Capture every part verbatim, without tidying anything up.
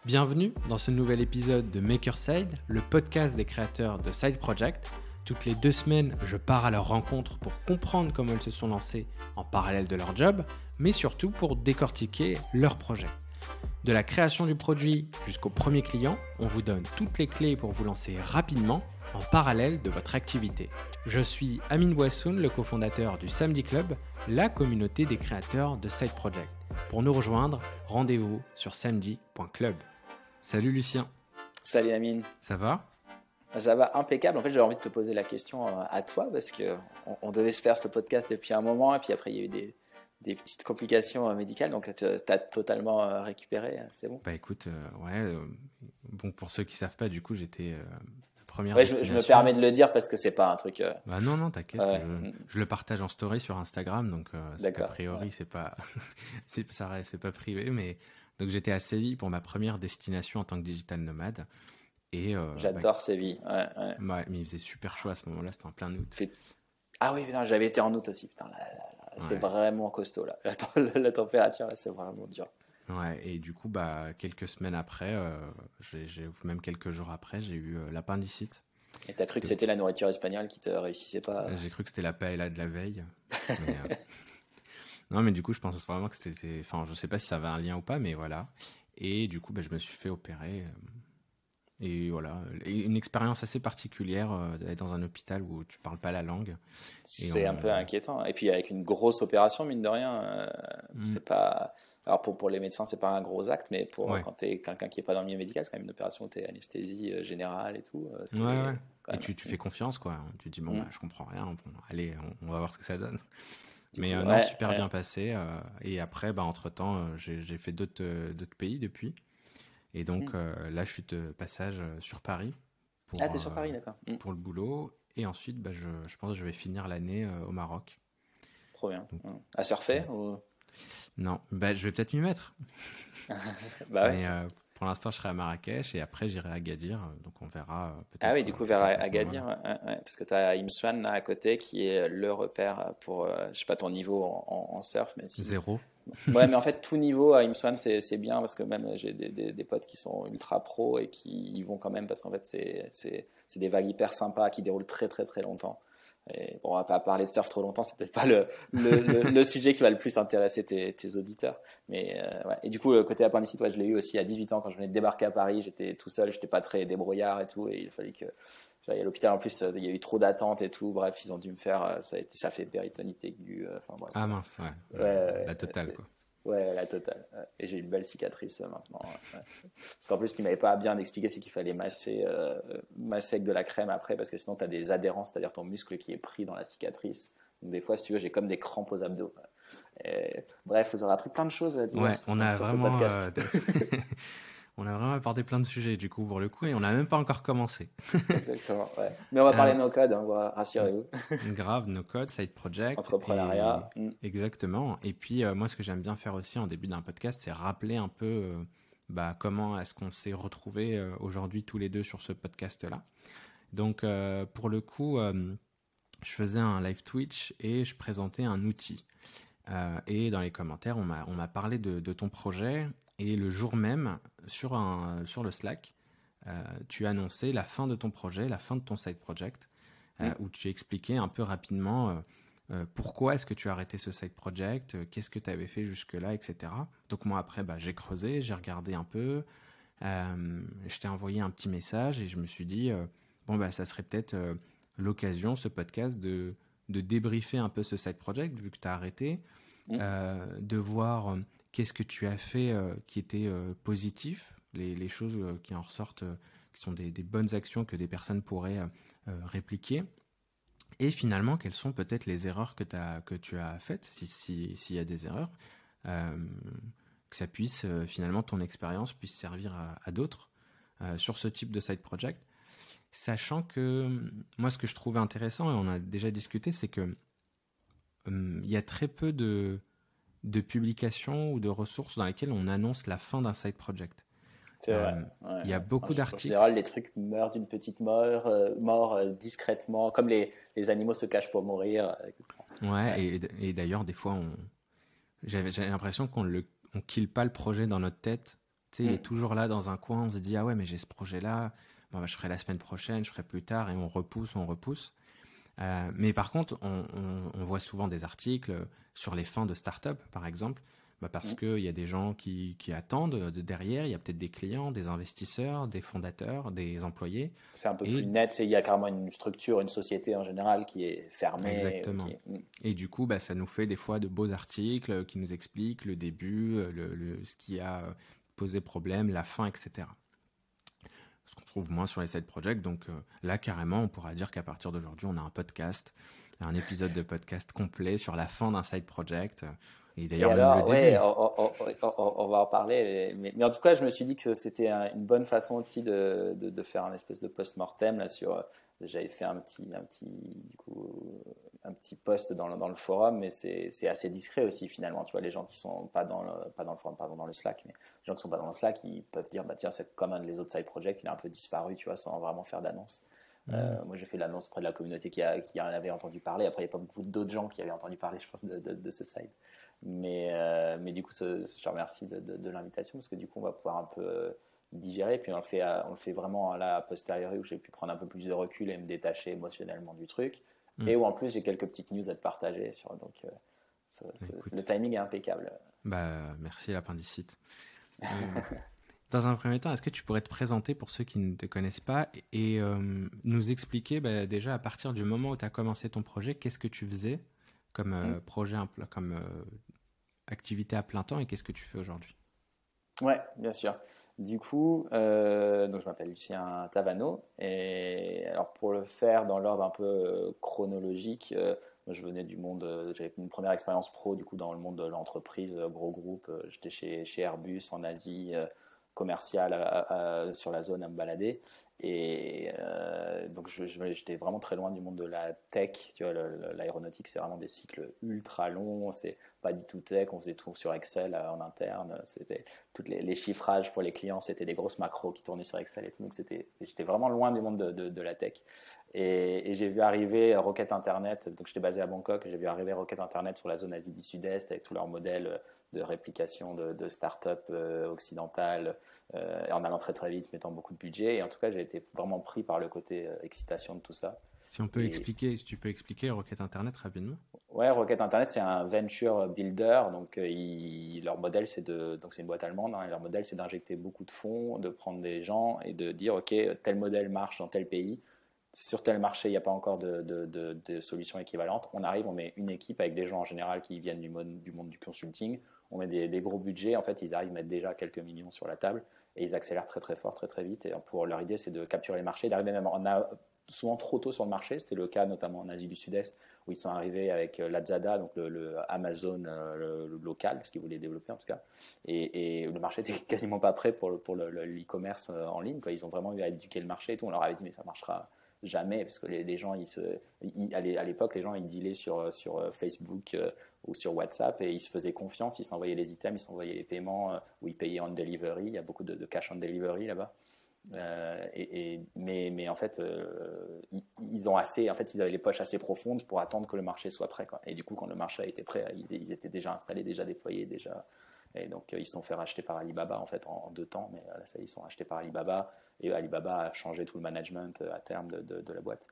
Bienvenue dans ce nouvel épisode de Makerside, le podcast des créateurs de Side Project. Toutes les deux semaines, je pars à leur rencontre pour comprendre comment ils se sont lancés en parallèle de leur job, mais surtout pour décortiquer leur projet. De la création du produit jusqu'au premier client, on vous donne toutes les clés pour vous lancer rapidement en parallèle de votre activité. Je suis Amine Boissoun, le cofondateur du Samedi Club, la communauté des créateurs de Side Project. Pour nous rejoindre, rendez-vous sur samedi point club. Salut Lucien. Salut Amine. Ça va ? Ça va impeccable. En fait, j'avais envie de te poser la question à toi parce qu'on on devait se faire ce podcast depuis un moment et puis après, il y a eu des, des petites complications médicales. Donc, tu as totalement récupéré. C'est bon ? Bah écoute, euh, ouais. Euh, bon, pour ceux qui ne savent pas, du coup, j'étais euh, la première ouais, destination. Je, je me permets de le dire parce que c'est pas un truc. Euh... Bah non, non, t'inquiète. Ouais. Je, je le partage en story sur Instagram. Donc, euh, c'est, a priori, ouais. c'est pas, c'est, ça reste, c'est pas privé. Mais donc, j'étais à Séville pour ma première destination en tant que digital nomade. Et, euh, J'adore bah, Séville. Ouais, ouais. ouais, mais il faisait super chaud à ce moment-là, c'était en plein août. Fait... Ah oui, putain, j'avais été en août aussi. Putain, là, là, là, c'est ouais. vraiment costaud là. La, la, la température là, c'est vraiment dur. Ouais, et du coup, bah, quelques semaines après, euh, j'ai, j'ai, même quelques jours après, j'ai eu euh, l'appendicite. Et t'as cru que c'était la nourriture espagnole qui te réussissait pas ? J'ai cru que c'était la paella de la veille. mais, euh... non, mais du coup, je pense vraiment que c'était. Enfin, je sais pas si ça avait un lien ou pas, mais voilà. Et du coup, bah, je me suis fait opérer. Et voilà, une expérience assez particulière euh, d'aller dans un hôpital où tu parles pas la langue. C'est on... un peu inquiétant. Et puis avec une grosse opération, mine de rien, euh, mm. c'est pas. Alors pour, pour les médecins, c'est pas un gros acte, mais pour ouais. quand tu es quelqu'un qui est pas dans le milieu médical, c'est quand même une opération où tu es anesthésie euh, générale et tout. Euh, c'est ouais, ouais. Et tu, tu fais confiance, quoi. Tu te dis, bon, mm. bah, je comprends rien, bon, allez, on, on va voir ce que ça donne. Du mais coup, euh, non, ouais, super ouais. bien passé. Euh, et après, bah, entre-temps, euh, j'ai, j'ai fait d'autres, euh, d'autres pays depuis. Et donc mmh. euh, là, je suis de passage sur Paris. Pour, ah, t'es sur Paris, d'accord. Mmh. Pour le boulot. Et ensuite, bah, je, je pense que je vais finir l'année euh, au Maroc. Trop bien. Donc, mmh. À surfer ouais. ou... Non, bah, je vais peut-être m'y mettre. bah ouais. Mais euh, pour l'instant, je serai à Marrakech et après, j'irai à Agadir. Donc on verra peut-être. Ah oui, du coup, vers Agadir, ouais, ouais, parce que tu as Imswan là à côté qui est le repère pour, euh, je sais pas ton niveau en, en, en surf. Mais si... Zéro. Ouais, mais en fait, tout niveau à Imswan, c'est, c'est bien parce que même j'ai des, des, des potes qui sont ultra pro et qui y vont quand même parce qu'en fait, c'est, c'est, c'est des vagues hyper sympas qui déroulent très, très, très longtemps. Et bon, on va pas parler de surf trop longtemps, c'est peut-être pas le, le, le, le sujet qui va le plus intéresser tes, tes auditeurs. Mais euh, ouais. Et du coup, le côté appendicite, ouais, je l'ai eu aussi à dix-huit ans quand je venais de débarquer à Paris. J'étais tout seul, j'étais pas très débrouillard et tout. Et il a fallu que j'aille à l'hôpital. En plus, il y a eu trop d'attentes et tout. Bref, ils ont dû me faire. Ça a été, ça fait péritonite aiguë. Enfin, bref. Ah mince, ouais. ouais la totale, c'est... quoi. Ouais, la totale. Et j'ai une belle cicatrice euh, maintenant. Ouais. Parce qu'en plus, ce qu'il m'avait pas bien expliqué, c'est qu'il fallait masser, euh, masser avec de la crème après, parce que sinon, tu as des adhérences, c'est-à-dire ton muscle qui est pris dans la cicatrice. Donc, des fois, si tu veux, j'ai comme des crampes aux abdos. Et, bref, vous aurez appris plein de choses à dire. Ouais, on a vraiment. Euh, de... on a vraiment abordé plein de sujets, du coup, pour le coup, et on n'a même pas encore commencé. Exactement, ouais. Mais on va parler euh... de nos codes, hein, rassurez-vous. Grave, no code, side project. Entrepreneuriat. Et... Mm. Exactement. Et puis, euh, moi, ce que j'aime bien faire aussi en début d'un podcast, c'est rappeler un peu euh, bah, comment est-ce qu'on s'est retrouvés euh, aujourd'hui tous les deux sur ce podcast-là. Donc, euh, pour le coup, euh, je faisais un live Twitch et je présentais un outil. Euh, et dans les commentaires, on m'a, on m'a parlé de, de ton projet. Et le jour même, sur, un, sur le Slack, euh, tu annonçais la fin de ton projet, la fin de ton side project. Euh, où tu expliquais un peu rapidement euh, euh, pourquoi est-ce que tu as arrêté ce side project, euh, qu'est-ce que tu avais fait jusque-là, et cetera. Donc moi, après, bah, j'ai creusé, j'ai regardé un peu, euh, je t'ai envoyé un petit message et je me suis dit, euh, bon, bah, ça serait peut-être euh, l'occasion, ce podcast, de, de débriefer un peu ce side project, vu que tu as arrêté, mmh. euh, de voir euh, qu'est-ce que tu as fait euh, qui était euh, positif, les, les choses euh, qui en ressortent, euh, qui sont des, des bonnes actions que des personnes pourraient... Euh, Euh, répliquer et finalement quelles sont peut-être les erreurs que, t'as, que tu as faites si, si, s'il y a des erreurs euh, que ça puisse euh, finalement ton expérience puisse servir à, à d'autres euh, sur ce type de side project, sachant que moi ce que je trouvais intéressant et on a déjà discuté, c'est que il euh, y a très peu de, de publications ou de ressources dans lesquelles on annonce la fin d'un side project. C'est vrai. Il euh, ouais. y a beaucoup en d'articles. En général, les trucs meurent d'une petite mort, euh, mort euh, discrètement, comme les, les animaux se cachent pour mourir. Ouais, ouais. Et, et d'ailleurs, des fois, on... j'avais, j'avais l'impression qu'on ne on kill pas le projet dans notre tête Tu sais, Mm. il est toujours là dans un coin, on se dit, ah ouais, mais j'ai ce projet-là, bon, bah, je ferai la semaine prochaine, je ferai plus tard, et on repousse, on repousse. Euh, mais par contre, on, on, on voit souvent des articles sur les fins de start-up, par exemple, bah parce Mm. qu'il y a des gens qui, qui attendent de derrière, il y a peut-être des clients, des investisseurs, des fondateurs, des employés. C'est un peu Et plus net, c'est- il y a carrément une structure, une société en général qui est fermée. euh, Qui exactement. est... Mm. Et du coup, bah, ça nous fait des fois de beaux articles qui nous expliquent le début, le, le, ce qui a posé problème, la fin, et cetera. Ce qu'on trouve moins sur les side projects. Donc euh, là, carrément, on pourra dire qu'à partir d'aujourd'hui, on a un podcast, un épisode de podcast complet sur la fin d'un side project. Et Et d'ailleurs, même le alors, ouais, début. on, on- on- on- on va en parler. Mais, mais en tout cas, je me suis dit que c'était un- une bonne façon aussi de, de, de faire un espèce de post-mortem là sur. euh, J'avais fait un petit, un petit, du coup, un petit post dans le, dans le forum, mais c'est c'est assez discret aussi finalement. Tu vois, les gens qui sont pas dans le, pas dans le forum, pardon, dans le Slack, mais les gens qui sont pas dans le Slack, ils peuvent dire, bah tiens, c'est comme un de les autres side projects, il a un peu disparu, tu vois, sans vraiment faire d'annonce. Hmm. Euh, moi, j'ai fait l'annonce auprès de la communauté qui, a, qui en avait entendu parler. Après, il n'y a pas beaucoup d'autres gens qui avaient entendu parler, je pense, de, de, de ce site. Mais, euh, mais du coup, ce, ce, je te remercie de, de, de l'invitation parce que du coup, on va pouvoir un peu euh, digérer. Puis on le fait, à, on le fait vraiment là, a posteriori, où j'ai pu prendre un peu plus de recul et me détacher émotionnellement du truc. Hmm. Et où en plus, j'ai quelques petites news à te partager. Sur, donc, euh, ça, Écoute, le timing est impeccable. bah, merci l'appendicite. Euh, Dans un premier temps, est-ce que tu pourrais te présenter pour ceux qui ne te connaissent pas et, et euh, nous expliquer bah, déjà à partir du moment où tu as commencé ton projet, qu'est-ce que tu faisais comme euh, Mm. projet, comme euh, activité à plein temps et qu'est-ce que tu fais aujourd'hui? Ouais, bien sûr. Du coup, euh, donc je m'appelle Lucien Tavano et alors pour le faire dans l'ordre un peu euh, chronologique, euh, moi, je venais du monde, euh, j'avais une première expérience pro du coup dans le monde de l'entreprise, euh, gros groupe. euh, J'étais chez, chez Airbus en Asie, euh, commercial à- à- à- sur la zone à me balader. Et euh, donc je- je- j'étais vraiment très loin du monde de la tech. Tu vois, le- le- l'aéronautique, c'est vraiment des cycles ultra longs. C'est pas du tout tech. On faisait tout sur Excel euh, en interne. C'était toutes les, les chiffrages pour les clients, c'était des grosses macros qui tournaient sur Excel et tout. Donc c'était, j'étais vraiment loin du monde de, de, de la tech. Et, et j'ai vu arriver Rocket Internet. Donc j'étais basé à Bangkok. J'ai vu arriver Rocket Internet sur la zone Asie du Sud-Est avec tous leurs modèles de réplication de, de start-up euh, occidentales, euh, en allant très très vite, mettant beaucoup de budget. Et en tout cas, j'ai été vraiment pris par le côté euh, excitation de tout ça. Si on peut Et expliquer, si tu peux expliquer Rocket Internet rapidement. ouais, Rocket Internet, c'est un venture builder. Donc, euh, ils- leur modèle, c'est de, donc c'est une boîte allemande. Hein, et leur modèle, c'est d'injecter beaucoup de fonds, de prendre des gens et de dire, ok, tel modèle marche dans tel pays. Sur tel marché, il n'y a pas encore de, de, de, de solution équivalente. On arrive, on met une équipe avec des gens en général qui viennent du monde du, monde du consulting. On met des, des gros budgets. En fait, ils arrivent à mettre déjà quelques millions sur la table et ils accélèrent très très fort, très très vite. Et pour leur idée, c'est de capturer les marchés, d'arriver même en a, souvent trop tôt sur le marché. C'était le cas notamment en Asie du Sud-Est où ils sont arrivés avec Lazada, donc le, le Amazon euh, le, le local, ce qu'ils voulaient développer en tout cas. Et, et le marché était quasiment pas prêt pour le, pour le, le e-commerce en ligne, quoi. Ils ont vraiment eu à éduquer le marché et tout. On leur avait dit mais ça marchera jamais parce que les, les gens ils se ils, à l'époque les gens ils dealaient sur sur Facebook euh, ou sur WhatsApp et ils se faisaient confiance, ils s'envoyaient les items, ils s'envoyaient les paiements euh, ou ils payaient en delivery. Il y a beaucoup de, de cash on delivery là-bas. Euh, et, et, mais, mais en fait, euh, ils, ils ont assez, en fait, ils avaient les poches assez profondes pour attendre que le marché soit prêt, quoi. Et du coup, quand le marché a été prêt, ils, ils étaient déjà installés, déjà déployés, déjà. Et donc, ils se sont fait racheter par Alibaba en fait en, en deux temps, mais là, ça, ils sont rachetés par Alibaba. Et Alibaba a changé tout le management à terme de, de, de la boîte.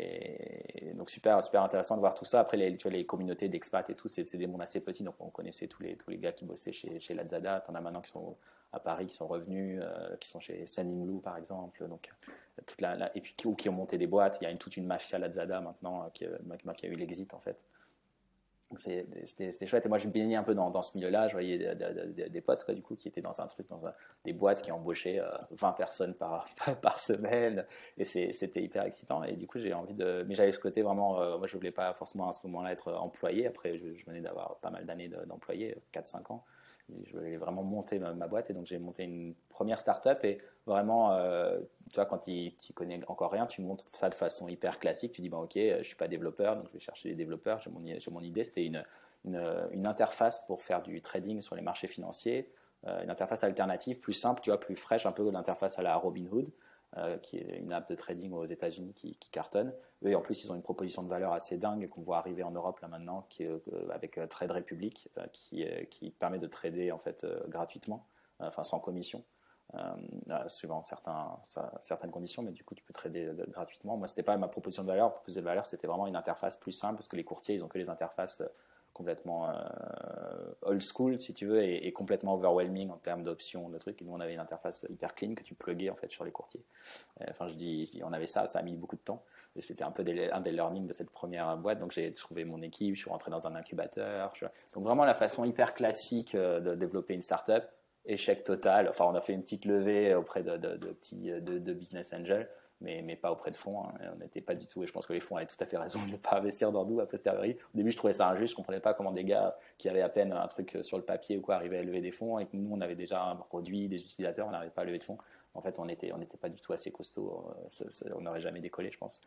Et donc, super, super intéressant de voir tout ça. Après, les, tu vois, les communautés d'expats et tout, c'est, c'est des mondes assez petits. Donc, on connaissait tous les, tous les gars qui bossaient chez, chez Lazada. T'en as maintenant qui sont à Paris, qui sont revenus, euh, qui sont chez Sanin par exemple. Donc, toute la, la, et puis, ou qui ont monté des boîtes. Il y a une, toute une mafia Lazada maintenant qui, maintenant, qui a eu l'exit en fait. C'était, c'était chouette. Et moi, je me baignais un peu dans, dans ce milieu-là. Je voyais des, des, des, des potes, quoi, du coup, qui étaient dans un truc, dans un, des boîtes qui embauchaient euh, vingt personnes par, par semaine. Et c'est, c'était hyper excitant. Et du coup, j'ai envie de. Mais j'avais ce côté vraiment. Euh, moi, je voulais pas forcément à ce moment-là être employé. Après, je, je venais d'avoir pas mal d'années de, d'employé, quatre cinq ans. Et je voulais vraiment monter ma, ma boîte. Et donc, j'ai monté une première start-up. Et vraiment, euh, tu vois, quand tu n'y connais encore rien, tu montes ça de façon hyper classique. Tu dis, bah, ok, je ne suis pas développeur, donc je vais chercher des développeurs. J'ai mon, j'ai mon idée, c'était une, une, une interface pour faire du trading sur les marchés financiers, euh, une interface alternative, plus simple, tu vois, plus fraîche, un peu l'interface à la Robinhood, euh, qui est une app de trading aux États-Unis qui, qui cartonne. Eux, et en plus, ils ont une proposition de valeur assez dingue qu'on voit arriver en Europe là maintenant, qui est, euh, avec euh, Trade Republic, euh, qui, euh, qui permet de trader en fait euh, gratuitement. enfin sans commission. Euh, suivant certains, certaines conditions, mais du coup tu peux trader gratuitement. Moi, c'était pas ma proposition de valeur. Ma proposition de valeur, c'était vraiment une interface plus simple parce que les courtiers, ils ont que les interfaces complètement euh, old school, si tu veux, et, et complètement overwhelming en termes d'options, de trucs. Et nous, on avait une interface hyper clean que tu pluguais en fait sur les courtiers. Enfin, je dis, je dis, on avait ça, ça a mis beaucoup de temps. Et c'était un peu des, un des learnings de cette première boîte. Donc, j'ai trouvé mon équipe, je suis rentré dans un incubateur. Je... Donc, vraiment la façon hyper classique de développer une startup. Échec total. Enfin, on a fait une petite levée auprès de, de, de petits de, de business angels, mais, mais pas auprès de fonds. Hein. On n'était pas du tout. Et je pense que les fonds avaient tout à fait raison de ne pas investir dans nous a posteriori. Au début, je trouvais ça injuste. Je comprenais pas comment des gars qui avaient à peine un truc sur le papier ou quoi arrivaient à lever des fonds et que nous, on avait déjà un produit, des utilisateurs, on n'arrivait pas à lever de fonds. En fait, on n'était on n'était pas du tout assez costaud. Ça, ça, on n'aurait jamais décollé, je pense.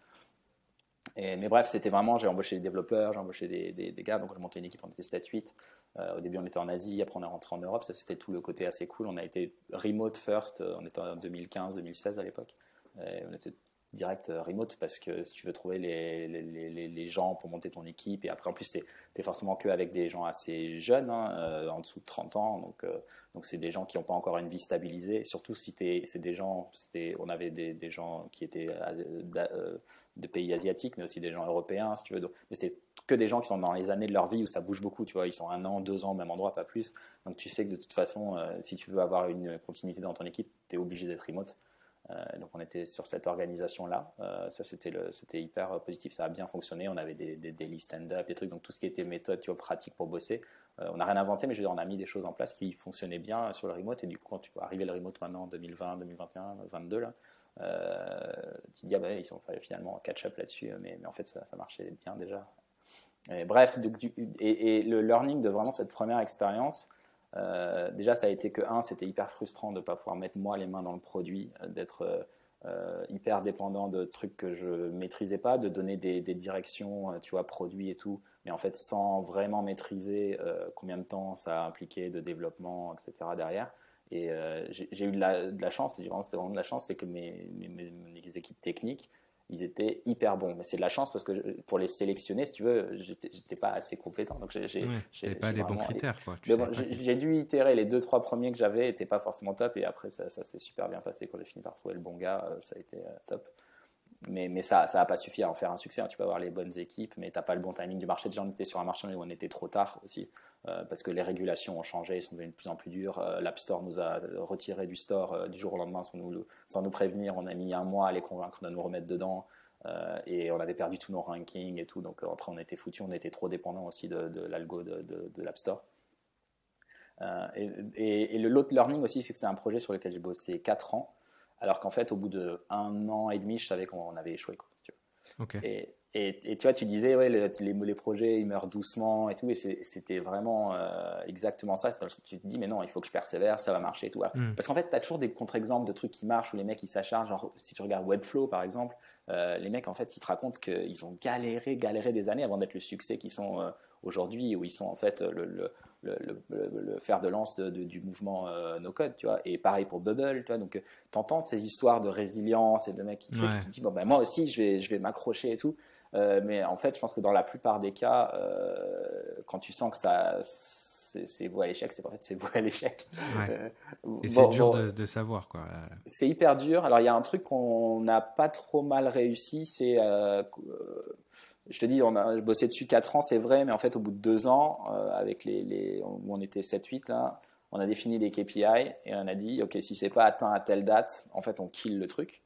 Et, mais bref, c'était vraiment, j'ai embauché des développeurs, j'ai embauché des, des, des gars, donc j'ai monté une équipe, on était sept huit. Euh, au début, on était en Asie, après on est rentré en Europe, ça c'était tout le côté assez cool. On a été remote first, on était en deux mille quinze deux mille seize à l'époque. Et on était direct remote parce que si tu veux trouver les, les, les, les gens pour monter ton équipe, et après en plus, tu es forcément que avec des gens assez jeunes, hein, euh, en dessous de trente ans, donc euh, donc c'est des gens qui n'ont pas encore une vie stabilisée, surtout si c'est des gens, on avait des, des gens qui étaient euh, de pays asiatiques, mais aussi des gens européens, si tu veux. Donc, c'était que des gens qui sont dans les années de leur vie où ça bouge beaucoup, tu vois, ils sont un an, deux ans au même endroit, pas plus. Donc tu sais que de toute façon, euh, si tu veux avoir une continuité dans ton équipe, tu es obligé d'être remote. Euh, donc on était sur cette organisation-là. Euh, ça, c'était hyper positif, ça a bien fonctionné. On avait des, des daily stand-up, des trucs, donc tout ce qui était méthode, tu vois, pratique pour bosser. Euh, on n'a rien inventé, mais je veux dire, on a mis des choses en place qui fonctionnaient bien sur le remote. Et du coup, quand tu vas arriver le remote maintenant en deux mille vingt, deux mille vingt et un, deux mille vingt-deux, là, Euh, tu te dis, ah ben, ils sont finalement catch-up là-dessus, mais, mais en fait, ça, ça marchait bien déjà. Et bref, du, du, et, et le learning de vraiment cette première expérience, euh, déjà, ça a été que, un, c'était hyper frustrant de ne pas pouvoir mettre moi les mains dans le produit, d'être euh, hyper dépendant de trucs que je ne maîtrisais pas, de donner des, des directions, tu vois, produits et tout, mais en fait, sans vraiment maîtriser euh, combien de temps ça a impliqué de développement, et cetera derrière. Et euh, j'ai eu de la, de la chance, c'était vraiment, vraiment de la chance, c'est que mes, mes, mes équipes techniques, ils étaient hyper bons. Mais c'est de la chance parce que je, pour les sélectionner, si tu veux, j'étais pas assez compétent. Donc j'ai, j'ai, ouais, j'ai pas les bons critères, quoi. Mais bon, j'ai dû itérer. Les deux, trois premiers que j'avais n'étaient pas forcément top. Et après, ça, ça s'est super bien passé. Quand j'ai fini par trouver le bon gars, ça a été euh, top. Mais, mais ça n'a pas suffi à en faire un succès. Hein. Tu peux avoir les bonnes équipes, mais tu n'as pas le bon timing du marché. Déjà, on était sur un marché où on était trop tard aussi, euh, parce que les régulations ont changé, elles sont devenues de plus en plus dures. Euh, L'App Store nous a retiré du store euh, du jour au lendemain sans nous, sans nous prévenir. On a mis un mois à les convaincre de nous remettre dedans. Euh, et on avait perdu tous nos rankings et tout. Donc après, on était foutus. On était trop dépendant aussi de, de l'algo de, de, de l'App Store. Euh, et, et, et l'autre learning aussi, c'est que c'est un projet sur lequel j'ai bossé quatre ans. Alors qu'en fait, au bout d'un an et demi, je savais qu'on avait échoué. Quoi, tu vois. Okay. Et, et, et tu vois, tu disais, ouais, les, les, les projets, ils meurent doucement et tout. Et c'était vraiment euh, exactement ça. Tu te dis, mais non, il faut que je persévère, ça va marcher et tout. Mm. Parce qu'en fait, tu as toujours des contre-exemples de trucs qui marchent où les mecs, ils s'acharnent. Genre, si tu regardes Webflow, par exemple, euh, les mecs, en fait, ils te racontent qu'ils ont galéré, galéré des années avant d'être le succès qu'ils sont euh, aujourd'hui, où ils sont en fait le, le Le, le, le fer de lance de, de, du mouvement euh, no code, tu vois. Et pareil pour Bubble, tu vois. Donc, tu entends ces histoires de résilience et de mecs qui te, ouais. qui te disent bon ben moi aussi je vais je vais m'accrocher et tout. Euh, mais en fait, je pense que dans la plupart des cas, euh, quand tu sens que ça c'est voué à l'échec, c'est en fait c'est voué à l'échec. Ouais. Euh, et bon, c'est dur bon, de, de savoir quoi. C'est hyper dur. Alors il y a un truc qu'on n'a pas trop mal réussi, c'est euh, je te dis, on a bossé dessus quatre ans, c'est vrai, mais en fait, au bout de deux ans, euh, avec les, les, où on était sept huit, là, on a défini des K P I et on a dit, OK, si c'est pas atteint à telle date, en fait, on kill le truc.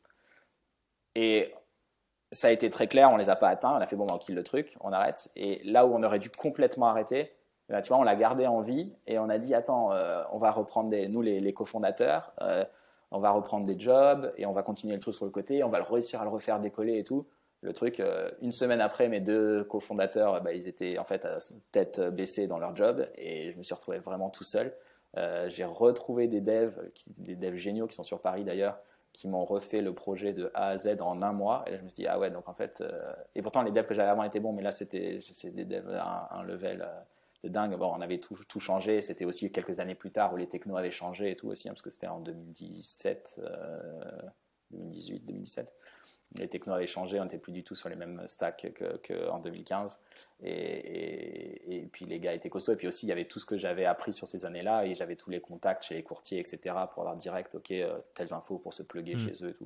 Et ça a été très clair, on les a pas atteints, on a fait, bon, on kill le truc, on arrête. Et là où on aurait dû complètement arrêter, là, tu vois, on l'a gardé en vie et on a dit, attends, euh, on va reprendre des, nous, les, les cofondateurs, euh, on va reprendre des jobs et on va continuer le truc sur le côté, on va réussir à le refaire décoller et tout. Le truc, euh, une semaine après, mes deux cofondateurs, bah, ils étaient en fait à tête baissée dans leur job et je me suis retrouvé vraiment tout seul. Euh, j'ai retrouvé des devs, qui, des devs géniaux qui sont sur Paris d'ailleurs, qui m'ont refait le projet de A à Z en un mois. Et là, je me suis dit, ah ouais, donc en fait... Euh... Et pourtant, les devs que j'avais avant étaient bons, mais là, c'était des devs à un, un level euh, de dingue. Bon, on avait tout, tout changé. C'était aussi quelques années plus tard où les technos avaient changé et tout aussi, hein, parce que c'était en deux mille dix-sept, euh, deux mille dix-huit, deux mille dix-sept. les technos avaient changé, on n'était plus du tout sur les mêmes stacks qu'en deux mille quinze. Et, et, et puis les gars étaient costauds. Et puis aussi, il y avait tout ce que j'avais appris sur ces années-là. Et j'avais tous les contacts chez les courtiers, et cetera pour leur direct, OK, euh, telles infos pour se plugger mmh. chez eux et tout.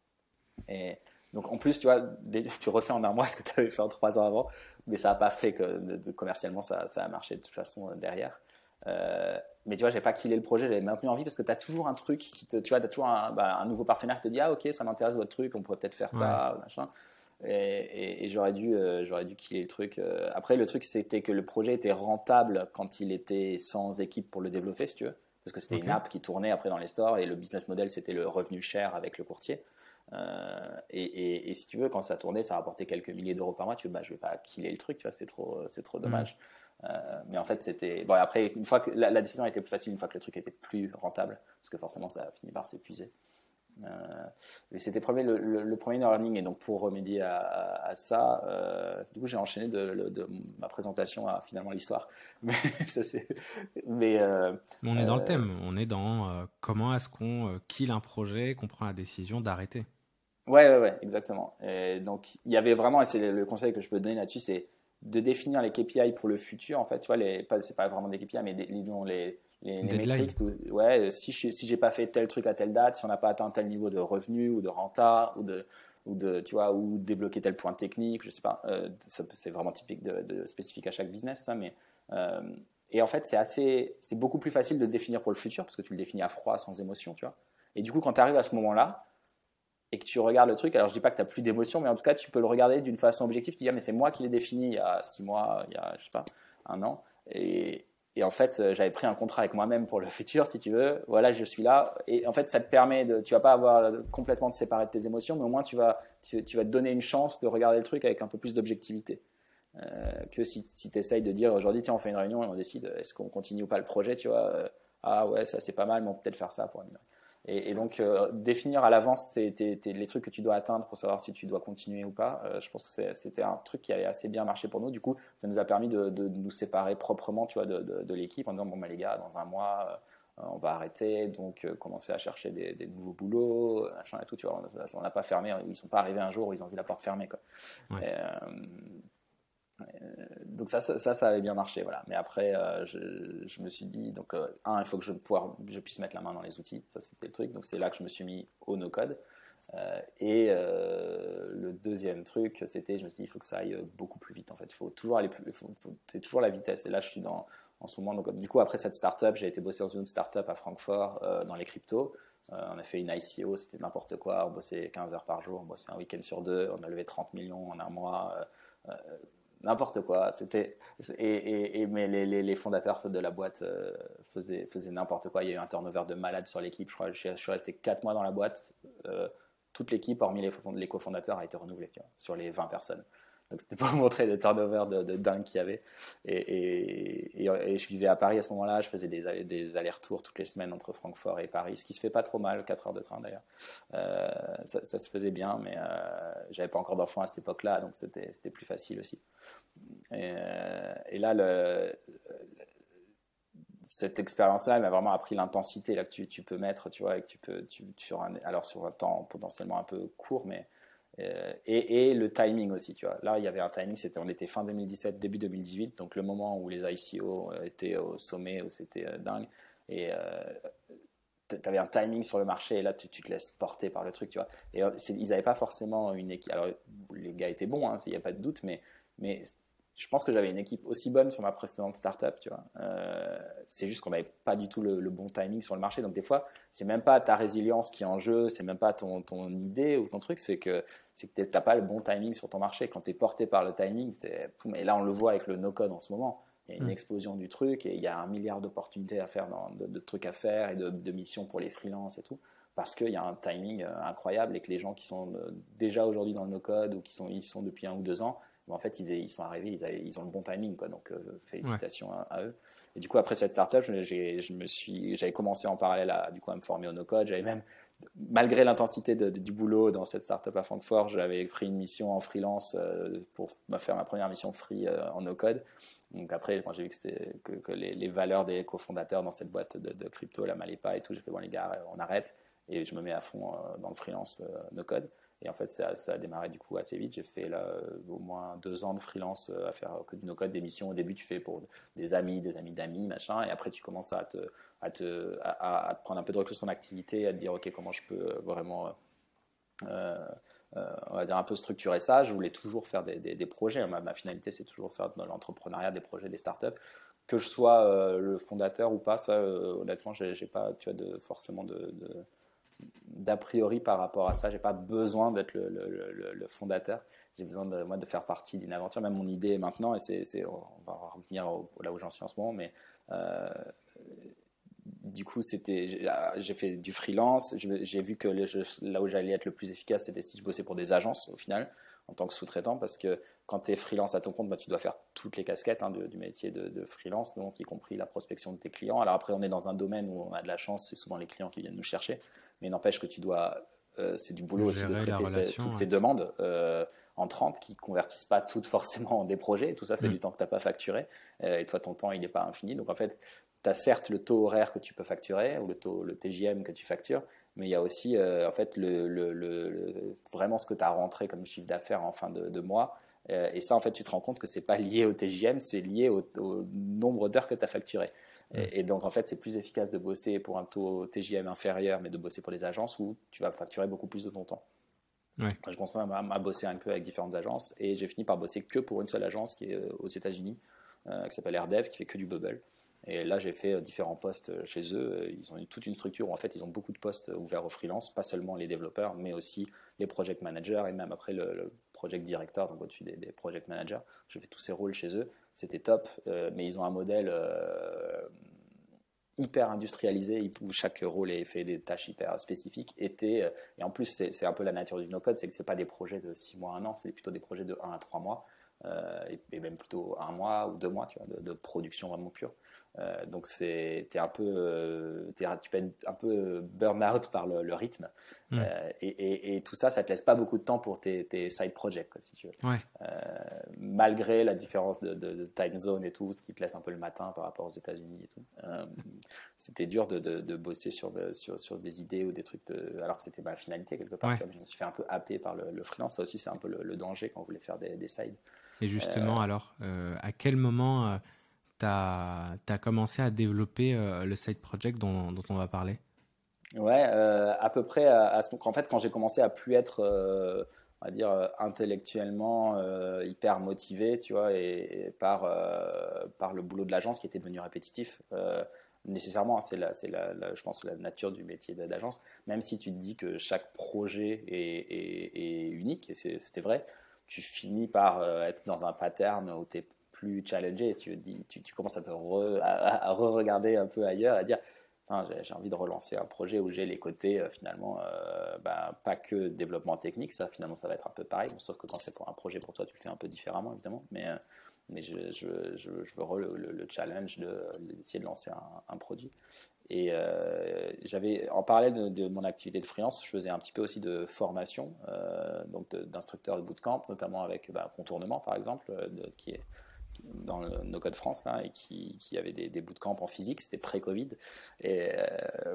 Et donc en plus, tu vois, tu refais en un mois ce que tu avais fait en trois ans avant. Mais ça n'a pas fait que de, de, commercialement, ça, ça a marché de toute façon euh, derrière. Euh, mais tu vois, j'ai pas killé le projet, j'avais maintenu envie parce que tu as toujours un truc qui te, tu vois, tu as toujours un, bah, un nouveau partenaire qui te dit ah ok, ça m'intéresse votre truc, on pourrait peut-être faire ça, ouais. machin. Et, et, et j'aurais dû, euh, j'aurais dû killer le truc. Euh, après, le truc c'était que le projet était rentable quand il était sans équipe pour le développer, si tu veux, parce que c'était okay. une app qui tournait après dans les stores et le business model c'était le revenu share avec le courtier. Euh, et, et, et si tu veux, quand ça tournait, ça rapportait quelques milliers d'euros par mois. Tu veux, bah, je vais pas killer le truc, tu vois, c'est trop, c'est trop dommage. Mmh. Euh, mais en fait, c'était bon. Après, une fois que la, la décision était plus facile, une fois que le truc était plus rentable, parce que forcément, ça a fini par s'épuiser. Euh, et c'était premier, le, le, le premier learning. Et donc, pour remédier à, à, à ça, euh, du coup, j'ai enchaîné de, de, de ma présentation à finalement l'histoire. Mais ça, c'est. Mais euh, on est dans euh, le thème. On est dans euh, comment est-ce qu'on euh, kill un projet, qu'on prend la décision d'arrêter. Ouais, ouais, ouais, exactement. Et donc, il y avait vraiment, et c'est le, le conseil que je peux donner là-dessus, c'est de définir les K P I pour le futur. En fait, tu vois, les, pas, c'est pas vraiment des K P I, mais des, disons, les, les, les métriques. Tout, ouais, si je si j'ai pas fait tel truc à telle date, si on n'a pas atteint tel niveau de revenu ou de renta ou de ou de tu vois ou débloquer tel point technique, je sais pas. Euh, ça, c'est vraiment typique de, de spécifique à chaque business, ça. Mais euh, et en fait, c'est assez, c'est beaucoup plus facile de le définir pour le futur parce que tu le définis à froid, sans émotion, tu vois. Et du coup, quand tu arrives à ce moment-là et que tu regardes le truc, alors je dis pas que tu n'as plus d'émotion, mais en tout cas, tu peux le regarder d'une façon objective. Tu dis, ah, mais c'est moi qui l'ai défini il y a six mois, il y a, je sais pas, un an. Et, et en fait, j'avais pris un contrat avec moi-même pour le futur, si tu veux. Voilà, je suis là. Et en fait, ça te permet de, tu vas pas avoir complètement te séparer de tes émotions, mais au moins, tu vas, tu, tu vas te donner une chance de regarder le truc avec un peu plus d'objectivité. Euh, que si, si tu essayes de dire aujourd'hui, tiens, on fait une réunion et on décide, est-ce qu'on continue ou pas le projet, tu vois. Euh, ah ouais, ça c'est pas mal, mais on peut peut-être faire ça pour améliorer. Et, et donc, euh, définir à l'avance t'es, t'es, t'es, les trucs que tu dois atteindre pour savoir si tu dois continuer ou pas, euh, je pense que c'est, c'était un truc qui avait assez bien marché pour nous. Du coup, ça nous a permis de, de, de nous séparer proprement, tu vois, de, de, de l'équipe en disant, bon, bah, les gars, dans un mois, euh, on va arrêter, donc euh, commencer à chercher des, des nouveaux boulots, machin et tout, tu vois. On n'a pas fermé, ils ne sont pas arrivés un jour où ils ont vu la porte fermée, quoi. Ouais. Et, euh, donc ça, ça, ça, ça avait bien marché, voilà. Mais après, euh, je, je me suis dit, donc euh, un, il faut que je, pouvoir, je puisse mettre la main dans les outils, ça c'était le truc. Donc c'est là que je me suis mis au no-code. Euh, et euh, le deuxième truc, c'était, je me suis dit, il faut que ça aille beaucoup plus vite. En fait, il faut toujours aller plus, faut, faut, c'est toujours la vitesse. Et là, je suis dans, en ce moment. Donc du coup, après cette startup, j'ai été bosser dans une autre startup à Francfort euh, dans les cryptos. Euh, on a fait une I C O, c'était n'importe quoi. On bossait quinze heures par jour, on bossait un week-end sur deux. On a levé trente millions en un mois. Euh, euh, N'importe quoi, c'était et, et, et mais les, les, les fondateurs de la boîte euh, faisaient, faisaient n'importe quoi. Il y a eu un turnover de malade sur l'équipe. Je crois, je suis, je suis resté quatre mois dans la boîte. Euh, toute l'équipe, hormis les, les cofondateurs, a été renouvelée, tu vois, sur les vingt personnes. Donc c'était pour montrer le turnover de, de dingue qu'il y avait. Et, et, et, et je vivais à Paris à ce moment-là. Je faisais des, des allers-retours toutes les semaines entre Francfort et Paris, ce qui se fait pas trop mal, quatre heures de train d'ailleurs. Euh, ça, ça se faisait bien, mais euh, j'avais pas encore d'enfants à cette époque-là, donc c'était, c'était plus facile aussi. Et, euh, et là, le, cette expérience-là, elle m'a vraiment appris l'intensité là que tu, tu peux mettre, tu vois, et que tu peux, tu, sur un, alors sur un temps potentiellement un peu court, mais euh, et, et le timing aussi, tu vois. Là, il y avait un timing, c'était, on était fin deux mille dix-sept, début deux mille dix-huit, donc le moment où les I C O étaient au sommet, où c'était euh, dingue, et euh, tu avais un timing sur le marché, et là, tu, tu te laisses porter par le truc, tu vois. Et c'est, ils n'avaient pas forcément une équipe. Alors, les gars étaient bons, il n'y a pas de doute, mais, mais je pense que j'avais une équipe aussi bonne sur ma précédente startup, tu vois. Euh, c'est juste qu'on n'avait pas du tout le, le bon timing sur le marché. Donc des fois, c'est même pas ta résilience qui est en jeu, c'est même pas ton, ton idée ou ton truc, c'est que c'est que t'as pas le bon timing sur ton marché. Quand tu es porté par le timing, c'est poum, et là on le voit avec le no-code en ce moment. Il y a une mmh. explosion du truc et il y a un milliard d'opportunités à faire, dans, de, de trucs à faire et de, de missions pour les freelances et tout. Parce qu'il y a un timing incroyable et que les gens qui sont déjà aujourd'hui dans le no-code ou qui sont, ils sont depuis un ou deux ans, en fait, ils, ils sont arrivés, ils, avaient, ils ont le bon timing, quoi. Donc, euh, félicitations ouais. à, à eux. Et du coup, après cette startup, j'ai, je me suis, j'avais commencé en parallèle à, du coup, à me former au no-code. J'avais même, malgré l'intensité de, de, du boulot dans cette startup à Francfort, j'avais pris une mission en freelance euh, pour me faire ma première mission free euh, en no-code. Donc après, quand j'ai vu que, c'était, que, que les, les valeurs des cofondateurs dans cette boîte de, de crypto, la m'allaient pas et tout, j'ai fait bon les gars, on arrête et je me mets à fond euh, dans le freelance euh, no-code. Et en fait, ça, ça a démarré du coup assez vite. J'ai fait là, au moins deux ans de freelance à faire que du no-code, des missions. Au début, tu fais pour des amis, des amis d'amis, machin. Et après, tu commences à te, à te, à, à te prendre un peu de recul sur ton activité, à te dire, OK, comment je peux vraiment, euh, euh, on va dire, un peu structurer ça. Je voulais toujours faire des, des, des projets. Ma, ma finalité, c'est toujours faire de l'entrepreneuriat, des projets, des startups. Que je sois euh, le fondateur ou pas, ça, euh, honnêtement, j'ai, j'ai pas, tu vois, de, forcément de, de d'a priori par rapport à ça. J'ai pas besoin d'être le, le, le, le fondateur. J'ai besoin de moi de faire partie d'une aventure. Même mon idée maintenant, et c'est, c'est on va revenir au, là où j'en suis en ce moment, mais euh, du coup, c'était, j'ai, j'ai fait du freelance. J'ai vu que les, là où j'allais être le plus efficace, c'était si je bossais pour des agences au final, en tant que sous-traitant, parce que quand tu es freelance à ton compte, bah, tu dois faire toutes les casquettes hein, de, du métier de, de freelance, donc y compris la prospection de tes clients. Alors après, on est dans un domaine où on a de la chance, c'est souvent les clients qui viennent nous chercher, mais n'empêche que tu dois, euh, c'est du boulot aussi de traiter relation, ces, toutes ouais. ces demandes euh, entrantes qui ne convertissent pas toutes forcément en des projets. Tout ça, c'est mmh. du temps que tu n'as pas facturé, euh, et toi, ton temps, il n'est pas infini. Donc en fait, tu as certes le taux horaire que tu peux facturer, ou le, taux, le T J M que tu factures, mais il y a aussi euh, en fait, le, le, le, le, vraiment ce que tu as rentré comme chiffre d'affaires en fin de, de mois. Euh, et ça, en fait, tu te rends compte que ce n'est pas lié au T J M, c'est lié au, au nombre d'heures que tu as facturé. Mmh. Et, et donc, en fait, c'est plus efficace de bosser pour un taux T J M inférieur, mais de bosser pour des agences où tu vas facturer beaucoup plus de ton temps. Ouais. Je commençais à, à bosser un peu avec différentes agences et j'ai fini par bosser que pour une seule agence qui est aux États-Unis, euh, qui s'appelle AirDev, qui fait que du Bubble. Et là, j'ai fait différents postes chez eux. Ils ont eu toute une structure où, en fait, ils ont beaucoup de postes ouverts aux freelance, pas seulement les développeurs, mais aussi les project managers et même après le, le project director, donc au-dessus des, des project managers. J'ai fait tous ces rôles chez eux. C'était top, euh, mais ils ont un modèle euh, hyper industrialisé où chaque rôle est fait des tâches hyper spécifiques. Était, et en plus, c'est, c'est un peu la nature du no-code, c'est que ce n'est pas des projets de six mois, un an, c'est plutôt des projets de un à trois mois. Euh, et, et même plutôt un mois ou deux mois tu vois, de, de production vraiment pure. Euh, donc c'est, t'es un peu, euh, t'es, tu peux être un peu burn-out par le, le rythme. Mmh. Euh, et, et, et tout ça, ça te laisse pas beaucoup de temps pour tes, tes side projects, quoi, si tu veux. Ouais. Euh, malgré la différence de, de, de time zone et tout, ce qui te laisse un peu le matin par rapport aux États-Unis et tout. Euh, c'était dur de, de, de bosser sur, de, sur, sur des idées ou des trucs, de, alors que c'était ma finalité quelque part. Ouais. Tu vois, je me suis fait un peu happer par le, le freelance. Ça aussi, c'est un peu le, le danger quand on voulait faire des, des sides. Et justement, euh, alors, euh, à quel moment euh, tu as commencé à développer euh, le side project dont, dont on va parler ? Ouais, euh, à peu près à, à ce moment. En fait, quand j'ai commencé à plus être, euh, on va dire, intellectuellement euh, hyper motivé, tu vois, et, et par, euh, par le boulot de l'agence qui était devenu répétitif. Euh, nécessairement, c'est, la, c'est la, la, je pense, la nature du métier d'agence. Même si tu te dis que chaque projet est, est, est unique, et c'est, c'était vrai, tu finis par euh, être dans un pattern où tu es plus challengé. Tu, dis, tu, tu commences à te re, à, à re-regarder un peu ailleurs, à dire enfin, j'ai, j'ai envie de relancer un projet où j'ai les côtés euh, finalement euh, bah, pas que développement technique. Ça finalement ça va être un peu pareil, bon, sauf que quand c'est pour un projet pour toi tu le fais un peu différemment évidemment, mais, euh, mais je, je, je, je veux re, le, le challenge de, d'essayer de lancer un, un produit. Et euh, j'avais, en parallèle de, de mon activité de freelance, je faisais un petit peu aussi de formation, euh, donc de, d'instructeur de bootcamp, notamment avec bah, Contournement par exemple, de, qui est dans le no-code France là, et qui, qui avait des, des bootcamps en physique, c'était pré-Covid. Et, euh,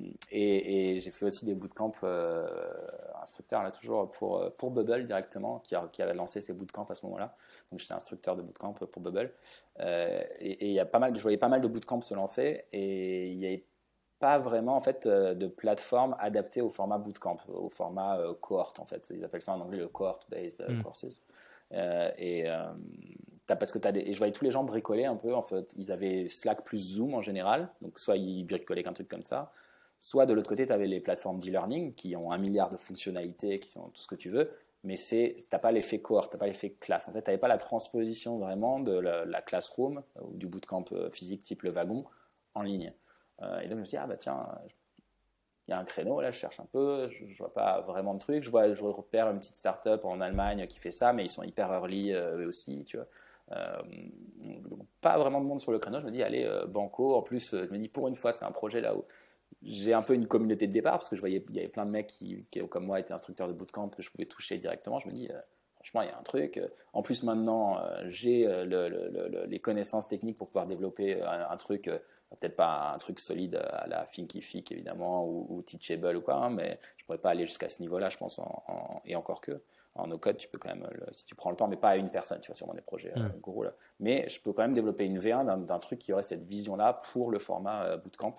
et, et j'ai fait aussi des bootcamps euh, instructeur là toujours pour, pour Bubble directement, qui, a, qui avait lancé ses bootcamps à ce moment-là. Donc j'étais instructeur de bootcamp pour Bubble. Euh, et, et il y a pas mal, je voyais pas mal de bootcamps se lancer et il y avait pas vraiment en fait de plateforme adaptée au format bootcamp, au format euh, cohort en fait. Ils appellent ça en anglais le cohort-based mm. courses. Euh, et euh, t'as, parce que t'as des, et je voyais tous les gens bricoler un peu en fait. Ils avaient Slack plus Zoom en général, donc soit ils bricolaient qu'un truc comme ça, soit de l'autre côté tu avais les plateformes d'e-learning qui ont un milliard de fonctionnalités, qui sont tout ce que tu veux, mais c'est, t'as pas l'effet cohort, t'as pas l'effet classe. En fait, t'avais pas la transposition vraiment de la, la classroom ou du bootcamp physique type le wagon en ligne. Euh, et donc je me suis dit ah bah tiens, il y a un créneau, là je cherche un peu, je, je vois pas vraiment de trucs, je vois, je repère une petite start-up en Allemagne qui fait ça, mais ils sont hyper early euh, eux aussi, tu vois. Euh, donc pas vraiment de monde sur le créneau, je me dis allez, euh, banco, en plus je me dis pour une fois c'est un projet là où j'ai un peu une communauté de départ, parce que je voyais, il y avait plein de mecs qui, qui comme moi, étaient instructeurs de bootcamp que je pouvais toucher directement, je me dis... Euh, franchement, il y a un truc. En plus, maintenant, euh, j'ai euh, le, le, le, les connaissances techniques pour pouvoir développer un, un truc euh, peut-être pas un truc solide à la Thinkific évidemment ou, ou Teachable ou quoi, hein, mais je pourrais pas aller jusqu'à ce niveau-là, je pense, en, en, et encore que en no-code, tu peux quand même, le, si tu prends le temps, mais pas à une personne, tu vois, sûrement des projets euh, Mm. gros là. Mais je peux quand même développer une V un d'un, d'un truc qui aurait cette vision-là pour le format euh, Bootcamp.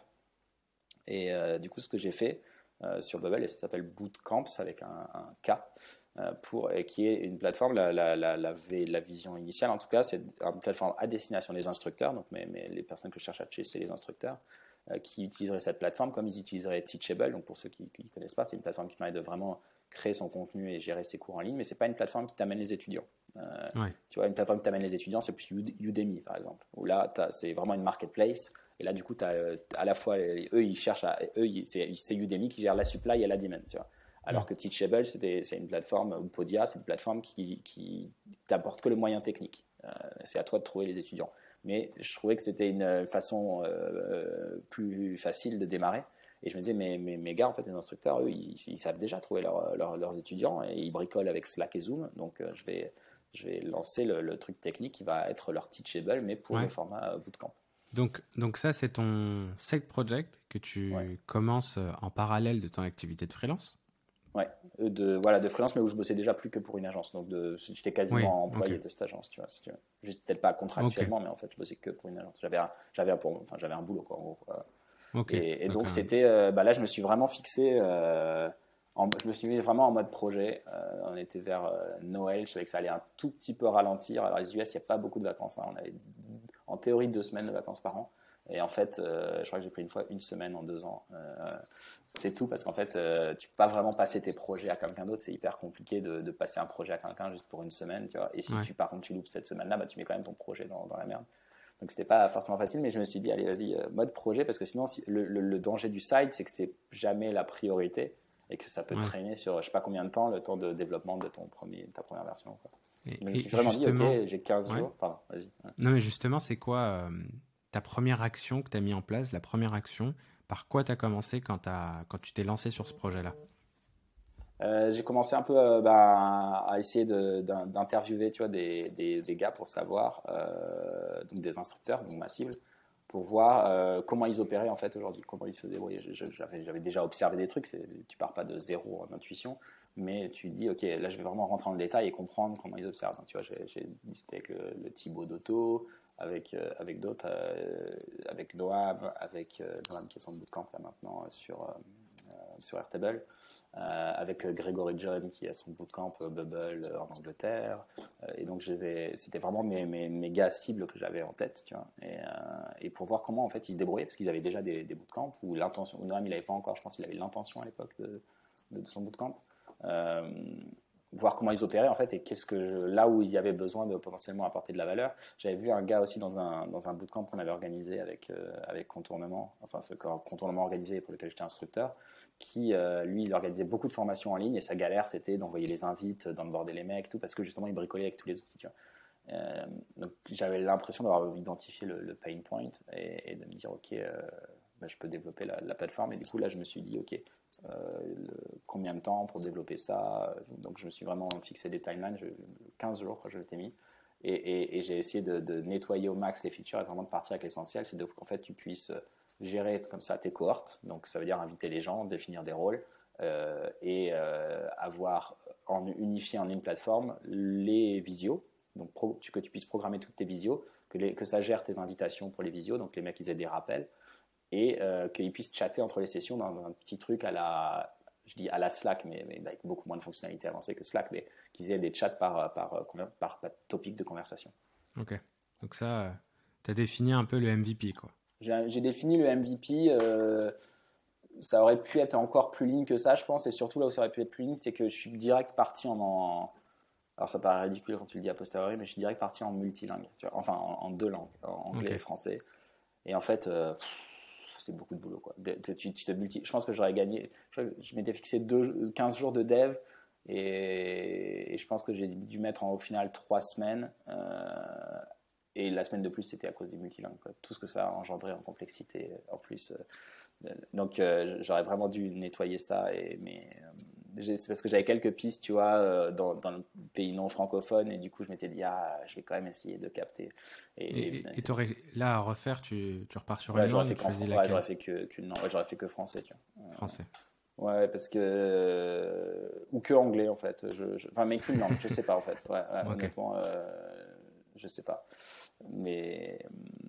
Et euh, du coup, ce que j'ai fait euh, sur Bubble, et ça s'appelle Bootcamps avec un, un K, euh, pour, et qui est une plateforme, la, la, la, la, v, la vision initiale en tout cas, c'est une plateforme à destination des instructeurs, donc mais, mais les personnes que je cherche à toucher, c'est les instructeurs, euh, qui utiliseraient cette plateforme comme ils utiliseraient Teachable. Donc pour ceux qui ne connaissent pas, c'est une plateforme qui permet de vraiment créer son contenu et gérer ses cours en ligne, mais ce n'est pas une plateforme qui t'amène les étudiants. Euh, Ouais. Tu vois, une plateforme qui t'amène les étudiants, c'est plus Udemy par exemple, où là, c'est vraiment une marketplace. Et là, du coup, tu as à la fois, eux, ils cherchent à. Eux, c'est, c'est Udemy qui gère la supply et la demand, tu vois. Alors mmh. que Teachable, c'est, c'est une plateforme, ou Podia, c'est une plateforme qui, qui t'apporte que le moyen technique. Euh, c'est à toi de trouver les étudiants. Mais je trouvais que c'était une façon euh, plus facile de démarrer. Et je me disais, mais mes, mes gars, en fait, les instructeurs, eux, ils, ils savent déjà trouver leur, leur, leurs étudiants et ils bricolent avec Slack et Zoom. Donc, euh, je, vais, je vais lancer le, le truc technique qui va être leur Teachable, mais pour ouais. le format Bootcamp. Donc, donc ça, c'est ton side project que tu ouais. commences en parallèle de ton activité de freelance. Ouais, de, voilà, de freelance, mais où je bossais déjà plus que pour une agence. Donc, de, j'étais quasiment oui, employé okay. de cette agence, tu vois, si tu veux. Juste peut-être pas contractuellement, okay. mais en fait, je bossais que pour une agence. J'avais un, j'avais un, pour, enfin, j'avais un boulot, quoi, en gros. Okay. Et, et donc, okay. c'était, euh, bah, là, je me suis vraiment fixé, euh, en, je me suis mis vraiment en mode projet. Euh, on était vers euh, Noël, je savais que ça allait un tout petit peu ralentir. Alors, les U S, il n'y a pas beaucoup de vacances. Hein. On avait, en théorie, deux semaines de vacances par an. Et en fait, euh, je crois que j'ai pris une fois une semaine en deux ans. Euh, c'est tout parce qu'en fait, euh, tu peux pas vraiment passer tes projets à quelqu'un d'autre. C'est hyper compliqué de, de passer un projet à quelqu'un juste pour une semaine, tu vois. Et si ouais. tu par contre tu loupes cette semaine-là, bah, tu mets quand même ton projet dans, dans la merde. Donc c'était pas forcément facile, mais je me suis dit allez vas-y euh, mode projet parce que sinon si, le, le, le danger du side c'est que c'est jamais la priorité et que ça peut ouais. traîner sur je sais pas combien de temps le temps de développement de ton premier ta première version. Quoi. Et, mais je me suis vraiment dit ok j'ai quinze ouais. jours. Pardon vas-y. Ouais. Non mais justement c'est quoi euh, ta première action que tu as mis en place, la première action, par quoi tu as commencé quand, t'as, quand tu t'es lancé sur ce projet-là? euh, J'ai commencé un peu euh, bah, à essayer de, d'interviewer tu vois, des, des, des gars pour savoir, euh, donc des instructeurs, donc ma cible, pour voir euh, comment ils opéraient en fait aujourd'hui, comment ils se débrouillaient. Je, je, j'avais, j'avais déjà observé des trucs, c'est, tu pars pas de zéro en intuition, mais tu dis ok, là je vais vraiment rentrer dans le détail et comprendre comment ils observent. Donc, tu vois, j'ai, j'ai discuté avec le, le Thibaut d'Auto, avec, euh, avec d'autres, euh, avec Noam, avec euh, Noam qui est son bootcamp là maintenant euh, sur, euh, sur Airtable, euh, avec Grégory John qui a son bootcamp euh, Bubble euh, en Angleterre. Euh, et donc c'était vraiment mes, mes, mes gars cibles que j'avais en tête, tu vois. Et, euh, et pour voir comment en fait ils se débrouillaient, parce qu'ils avaient déjà des, des bootcamps, où l'intention, Noam il n'avait pas encore, je pense qu'il avait l'intention à l'époque de, de, de son bootcamp. Euh, voir comment ils opéraient en fait et qu'est-ce que je, là où il y avait besoin de potentiellement apporter de la valeur. J'avais vu un gars aussi dans un, dans un bootcamp qu'on avait organisé avec, euh, avec Contournement, enfin ce Contournement organisé pour lequel j'étais instructeur, qui euh, lui il organisait beaucoup de formations en ligne et sa galère c'était d'envoyer les invites, d'onboarder les mecs, tout parce que justement il bricolait avec tous les outils. Tu vois. Euh, donc j'avais l'impression d'avoir identifié le, le pain point et, et de me dire ok euh, bah, je peux développer la, la plateforme et du coup là je me suis dit ok Euh, le, combien de temps pour développer ça, donc je me suis vraiment fixé des timelines, je, quinze jours quand je l'ai mis et, et, et j'ai essayé de, de nettoyer au max les features et vraiment de partir avec l'essentiel, c'est qu'en fait tu puisses gérer comme ça tes cohortes, donc ça veut dire inviter les gens, définir des rôles euh, et euh, avoir en, unifié en une plateforme les visios, donc pro, que tu puisses programmer toutes tes visios, que, les, que ça gère tes invitations pour les visios, donc les mecs ils aient des rappels et euh, qu'ils puissent chatter entre les sessions dans un petit truc à la, je dis à la Slack, mais, mais avec beaucoup moins de fonctionnalités avancées que Slack, mais qu'ils aient des chats par, par, par, par, par topic de conversation. Ok, donc ça, tu as défini un peu le M V P, quoi. J'ai, j'ai défini le M V P, euh, ça aurait pu être encore plus ligne que ça, je pense, et surtout là où ça aurait pu être plus ligne, c'est que je suis direct parti en... en alors ça paraît ridicule quand tu le dis a posteriori, mais je suis direct parti en multilingue, tu vois, enfin en, en deux langues, en anglais okay. et français. Et en fait... Euh, c'est beaucoup de boulot quoi. Tu, tu te multi... Je pense que j'aurais gagné. Je, je m'étais fixé deux, quinze jours de dev et, et je pense que j'ai dû mettre en, au final trois semaines. Euh, et la semaine de plus, c'était à cause du multilingue. Quoi. Tout ce que ça a engendré en complexité en plus. Euh, donc euh, j'aurais vraiment dû nettoyer ça. Et, mais, c'est parce que j'avais quelques pistes, tu vois, euh, dans, dans le pays non francophone, et du coup, je m'étais dit, ah, je vais quand même essayer de capter. Et, et, et t'aurais, là, à refaire, tu, tu repars sur ouais, une j'aurais langue, fait tu qu'en choisis ouais, laquelle? j'aurais fait que, que, non, ouais, j'aurais fait que français, tu vois. Français. Ouais, parce que. Euh, ou que anglais, en fait. Je, je, enfin, mais qu'une langue, je sais pas, en fait. Ouais, ouais, Ok. honnêtement, euh, je sais pas. Mais.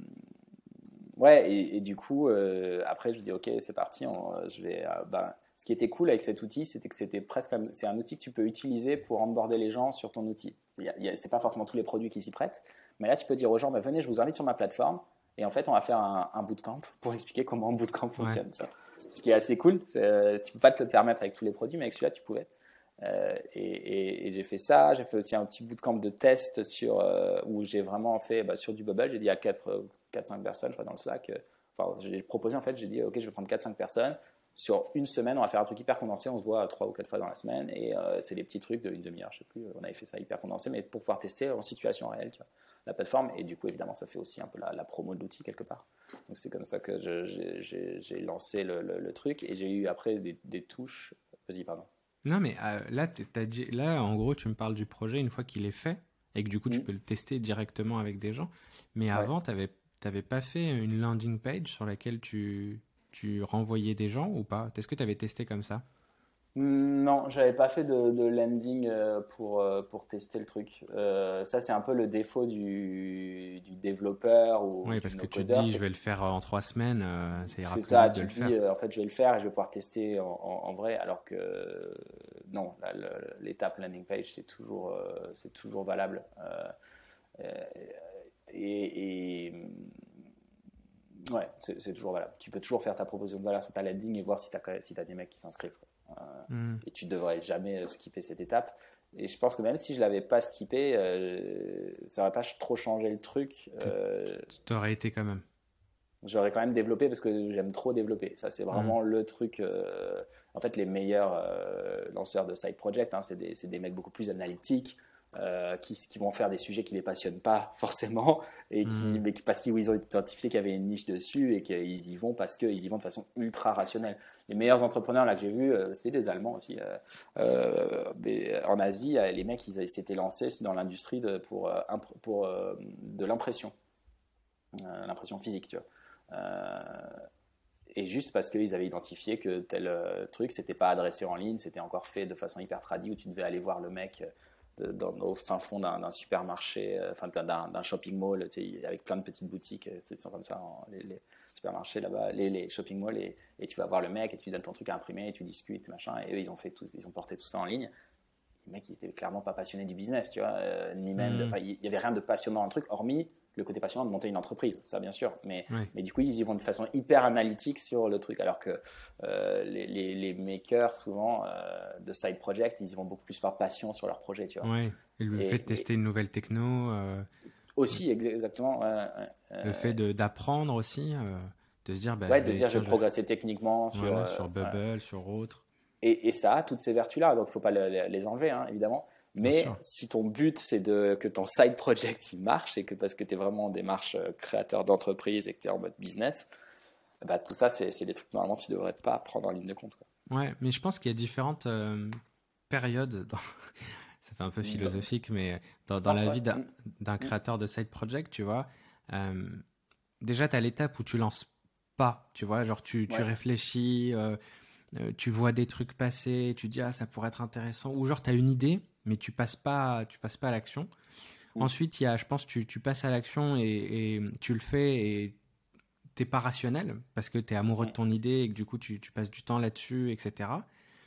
Ouais, et, et du coup, euh, après, je dis, ok, c'est parti. On, je vais, euh, ben, ce qui était cool avec cet outil, c'était que c'était presque, c'est un outil que tu peux utiliser pour onboarder les gens sur ton outil. Il y a, il y a, c'est pas forcément tous les produits qui s'y prêtent, mais là, tu peux dire aux gens, ben, venez, je vous invite sur ma plateforme, et en fait, on va faire un, un bootcamp pour expliquer comment un bootcamp fonctionne. Ouais. Tu vois. Ce qui est assez cool. C'est, tu peux pas te le permettre avec tous les produits, mais avec celui-là, tu pouvais. Euh, et, et, et j'ai fait ça. J'ai fait aussi un petit bootcamp de test sur, euh, où j'ai vraiment fait bah, sur du Bubble. J'ai dit à quatre cinq personnes, je crois, dans le Slack. Euh, enfin, j'ai proposé, en fait, j'ai dit, OK, je vais prendre quatre cinq personnes. Sur une semaine, on va faire un truc hyper condensé. On se voit trois ou quatre fois dans la semaine. Et euh, c'est des petits trucs de une demi-heure, je sais plus. On avait fait ça hyper condensé, mais pour pouvoir tester en situation réelle, tu vois, la plateforme. Et du coup, évidemment, ça fait aussi un peu la, la promo de l'outil quelque part. Donc, c'est comme ça que je, j'ai, j'ai, j'ai lancé le, le, le truc. Et j'ai eu après des, des touches. Vas-y, pardon. Non, mais euh, là, t'as dit, là, en gros, tu me parles du projet une fois qu'il est fait et que du coup, tu mmh. peux le tester directement avec des gens. Mais Ouais. avant, t'avais, t'avais pas fait une landing page sur laquelle tu, tu renvoyais des gens ou pas? Est-ce que tu avais testé comme ça? Non, j'avais pas fait de, de landing euh, pour, euh, pour tester le truc. Euh, ça, c'est un peu le défaut du, du développeur ou Oui, du parce que tu te no-codeur. dis, je C'est, vais le faire en trois semaines, euh, ça ira c'est plus ça, vite de tu le te dis, faire. euh, en fait, je vais le faire et je vais pouvoir tester en, en, en vrai, alors que euh, non, là, le, l'étape landing page, c'est toujours, euh, c'est toujours valable. Euh, euh, et, et ouais, c'est, c'est toujours valable. Tu peux toujours faire ta proposition de valeur sur ta landing et voir si tu as si t'as des mecs qui s'inscrivent. Euh, Mm. Et tu ne devrais jamais skipper cette étape. Et je pense que même si je ne l'avais pas skippé, euh, ça n'aurait pas trop changé le truc. Euh, T'aurais été quand même. J'aurais quand même développé parce que j'aime trop développer. Ça, c'est Mm. vraiment le truc. Euh, en fait, les meilleurs euh, lanceurs de side project, hein, c'est des, c'est des mecs beaucoup plus analytiques. Euh, qui, qui vont faire des sujets qui ne les passionnent pas forcément, et qui, Mm. mais qui, parce qu'ils ont identifié qu'il y avait une niche dessus et qu'ils y vont parce qu'ils y vont de façon ultra rationnelle. Les meilleurs entrepreneurs là, que j'ai vus, euh, c'était des Allemands aussi. Euh, euh, mais en Asie, les mecs, ils, ils s'étaient lancés dans l'industrie de, pour, euh, pour, euh, de l'impression, euh, l'impression physique, tu vois. Euh, et juste parce qu'ils avaient identifié que tel euh, truc, c'était pas adressé en ligne, c'était encore fait de façon hyper tradie, où tu devais aller voir le mec de, dans, au fin fond d'un, d'un supermarché, euh, enfin d'un, d'un shopping mall, tu sais, avec plein de petites boutiques, ils sont comme ça, en, les, les supermarchés là-bas, les, les shopping malls, et, et tu vas voir le mec et tu lui donnes ton truc à imprimer et tu discutes, machin, et eux ils ont fait tout, ils ont porté tout ça en ligne. Les mecs, ils étaient clairement pas passionnés du business, tu vois, euh, ni même, enfin, il y avait rien de passionnant dans le truc, hormis le côté passionnant de monter une entreprise, ça bien sûr, mais, Ouais. mais du coup, ils y vont de façon hyper analytique sur le truc, alors que euh, les, les, les makers, souvent, euh, de side project, ils y vont beaucoup plus par passion sur leur projet, tu vois. Ouais. Et le Et- fait de tester et- une nouvelle techno, euh, Aussi, ex- exactement, ouais, ouais, le euh, fait de, d'apprendre aussi, euh, de se dire, bah, ouais, je de se vais, dire, je tiens, vais je vais f- progresser techniquement sur, voilà, euh, sur ouais. Bubble, sur autre. Et, et ça a toutes ces vertus-là, donc il ne faut pas le- le- les enlever, hein, évidemment. Bien Mais sûr. si ton but, c'est de, que ton side project il marche, et que parce que tu es vraiment en démarche euh, créateur d'entreprise et que tu es en mode business, bah, tout ça, c'est, c'est des trucs normalement tu ne devrais pas prendre en ligne de compte, quoi. Ouais, mais je pense qu'il y a différentes euh, périodes, dans... ça fait un peu Dans- philosophique, mais dans, dans Non, c'est la vrai. vie d'un, Mm, d'un mm, créateur de side project, tu vois, euh, déjà, tu as l'étape où tu lances pas, tu vois, genre tu, tu ouais. réfléchis, euh, euh, tu vois des trucs passer, tu dis, ah, ça pourrait être intéressant, ou genre tu as une idée, mais tu passes pas, tu passes pas à l'action. Mm, Ensuite, il y a, je pense, tu, tu passes à l'action et, et tu le fais et t'es pas rationnel parce que tu es amoureux de mm, ton idée et que du coup, tu, tu passes du temps là-dessus, et cetera.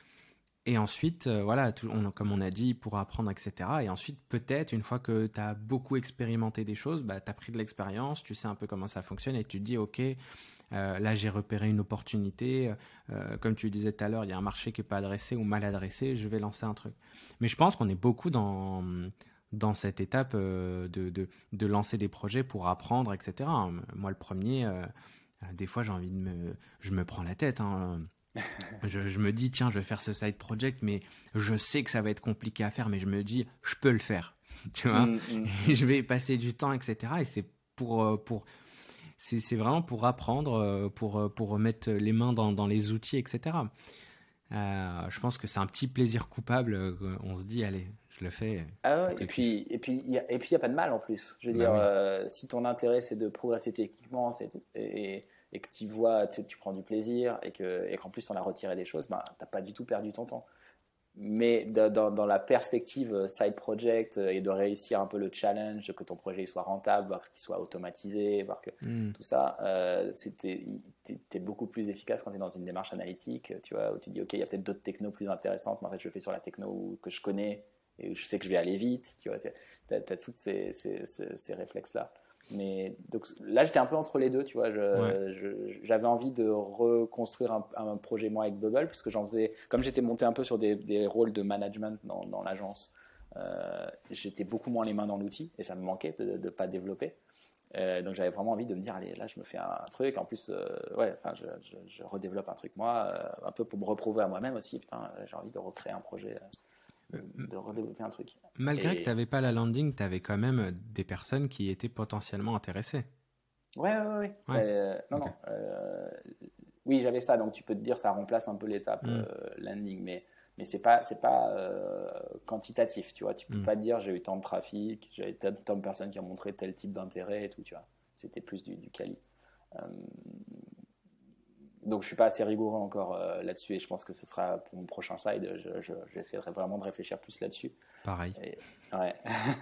Et ensuite, euh, voilà, tout- on- comme on a dit, pour apprendre, et cetera. Et ensuite, peut-être, une fois que tu as beaucoup expérimenté des choses, bah, tu as pris de l'expérience, tu sais un peu comment ça fonctionne et tu te dis, OK, euh, là, j'ai repéré une opportunité. Euh, comme tu disais tout à l'heure, il y a un marché qui n'est pas adressé ou mal adressé, je vais lancer un truc. Mais je pense qu'on est beaucoup dans, dans cette étape euh, de, de, de lancer des projets pour apprendre, et cetera. Moi, le premier, euh, des fois, j'ai envie de me... Je me prends la tête, hein. Je, je me dis, tiens, je vais faire ce side project, mais je sais que ça va être compliqué à faire, mais je me dis, je peux le faire, tu vois. mm, mm, Et mm. je vais y passer du temps, et cetera. Et c'est pour, euh, pour, c'est, c'est vraiment pour apprendre, euh, pour, euh, pour mettre les mains dans, dans les outils, et cetera. Euh, je pense que c'est un petit plaisir coupable. Euh, on se dit, allez, je le fais. Ah ouais, et puis et puis il y a, et puis il y a pas de mal en plus. Je veux bah dire, oui. euh, si ton intérêt c'est de progresser techniquement, c'est tout, et, et que tu vois, tu, tu prends du plaisir et que et qu'en plus on a retiré des choses, ben t'as pas du tout perdu ton temps. Mais dans, dans la perspective side project et de réussir un peu le challenge, que ton projet soit rentable, voir qu'il soit automatisé, voir que Mm. tout ça, euh, c'était, t'es, t'es beaucoup plus efficace quand tu es dans une démarche analytique, tu vois, où tu dis, OK, il y a peut-être d'autres technos plus intéressantes, mais en fait, je le fais sur la techno que je connais et où je sais que je vais aller vite, tu vois, tu as, as tous ces, ces, ces, ces réflexes-là. Mais donc là, j'étais un peu entre les deux, tu vois. Je, Ouais. je, j'avais envie de reconstruire un, un projet moi avec Bubble, puisque j'en faisais, comme j'étais monté un peu sur des, des rôles de management dans, dans l'agence, euh, j'étais beaucoup moins les mains dans l'outil et ça me manquait de ne pas développer. Euh, donc j'avais vraiment envie de me dire, allez, là, je me fais un, un truc. En plus, euh, ouais, enfin, je, je, je redéveloppe un truc moi, euh, un peu pour me reprouver à moi-même aussi. Putain, j'ai envie de recréer un projet. Euh, de redévelopper un truc. Malgré et... que tu n'avais pas la landing, tu avais quand même des personnes qui étaient potentiellement intéressées. Ouais, ouais, ouais. Ouais. Euh, non, okay. non. Euh, oui, j'avais ça. Donc, tu peux te dire, ça remplace un peu l'étape mm. euh, landing, mais mais c'est pas c'est pas euh, quantitatif, tu vois. Tu peux mm. pas te dire, j'ai eu tant de trafic, j'ai eu tant de personnes qui ont montré tel type d'intérêt et tout, tu vois. C'était plus du, du quali. Euh, donc, je suis pas assez rigoureux encore euh, là-dessus et je pense que ce sera pour mon prochain side. Je, je, j'essaierai vraiment de réfléchir plus là-dessus. Pareil. Et, ouais.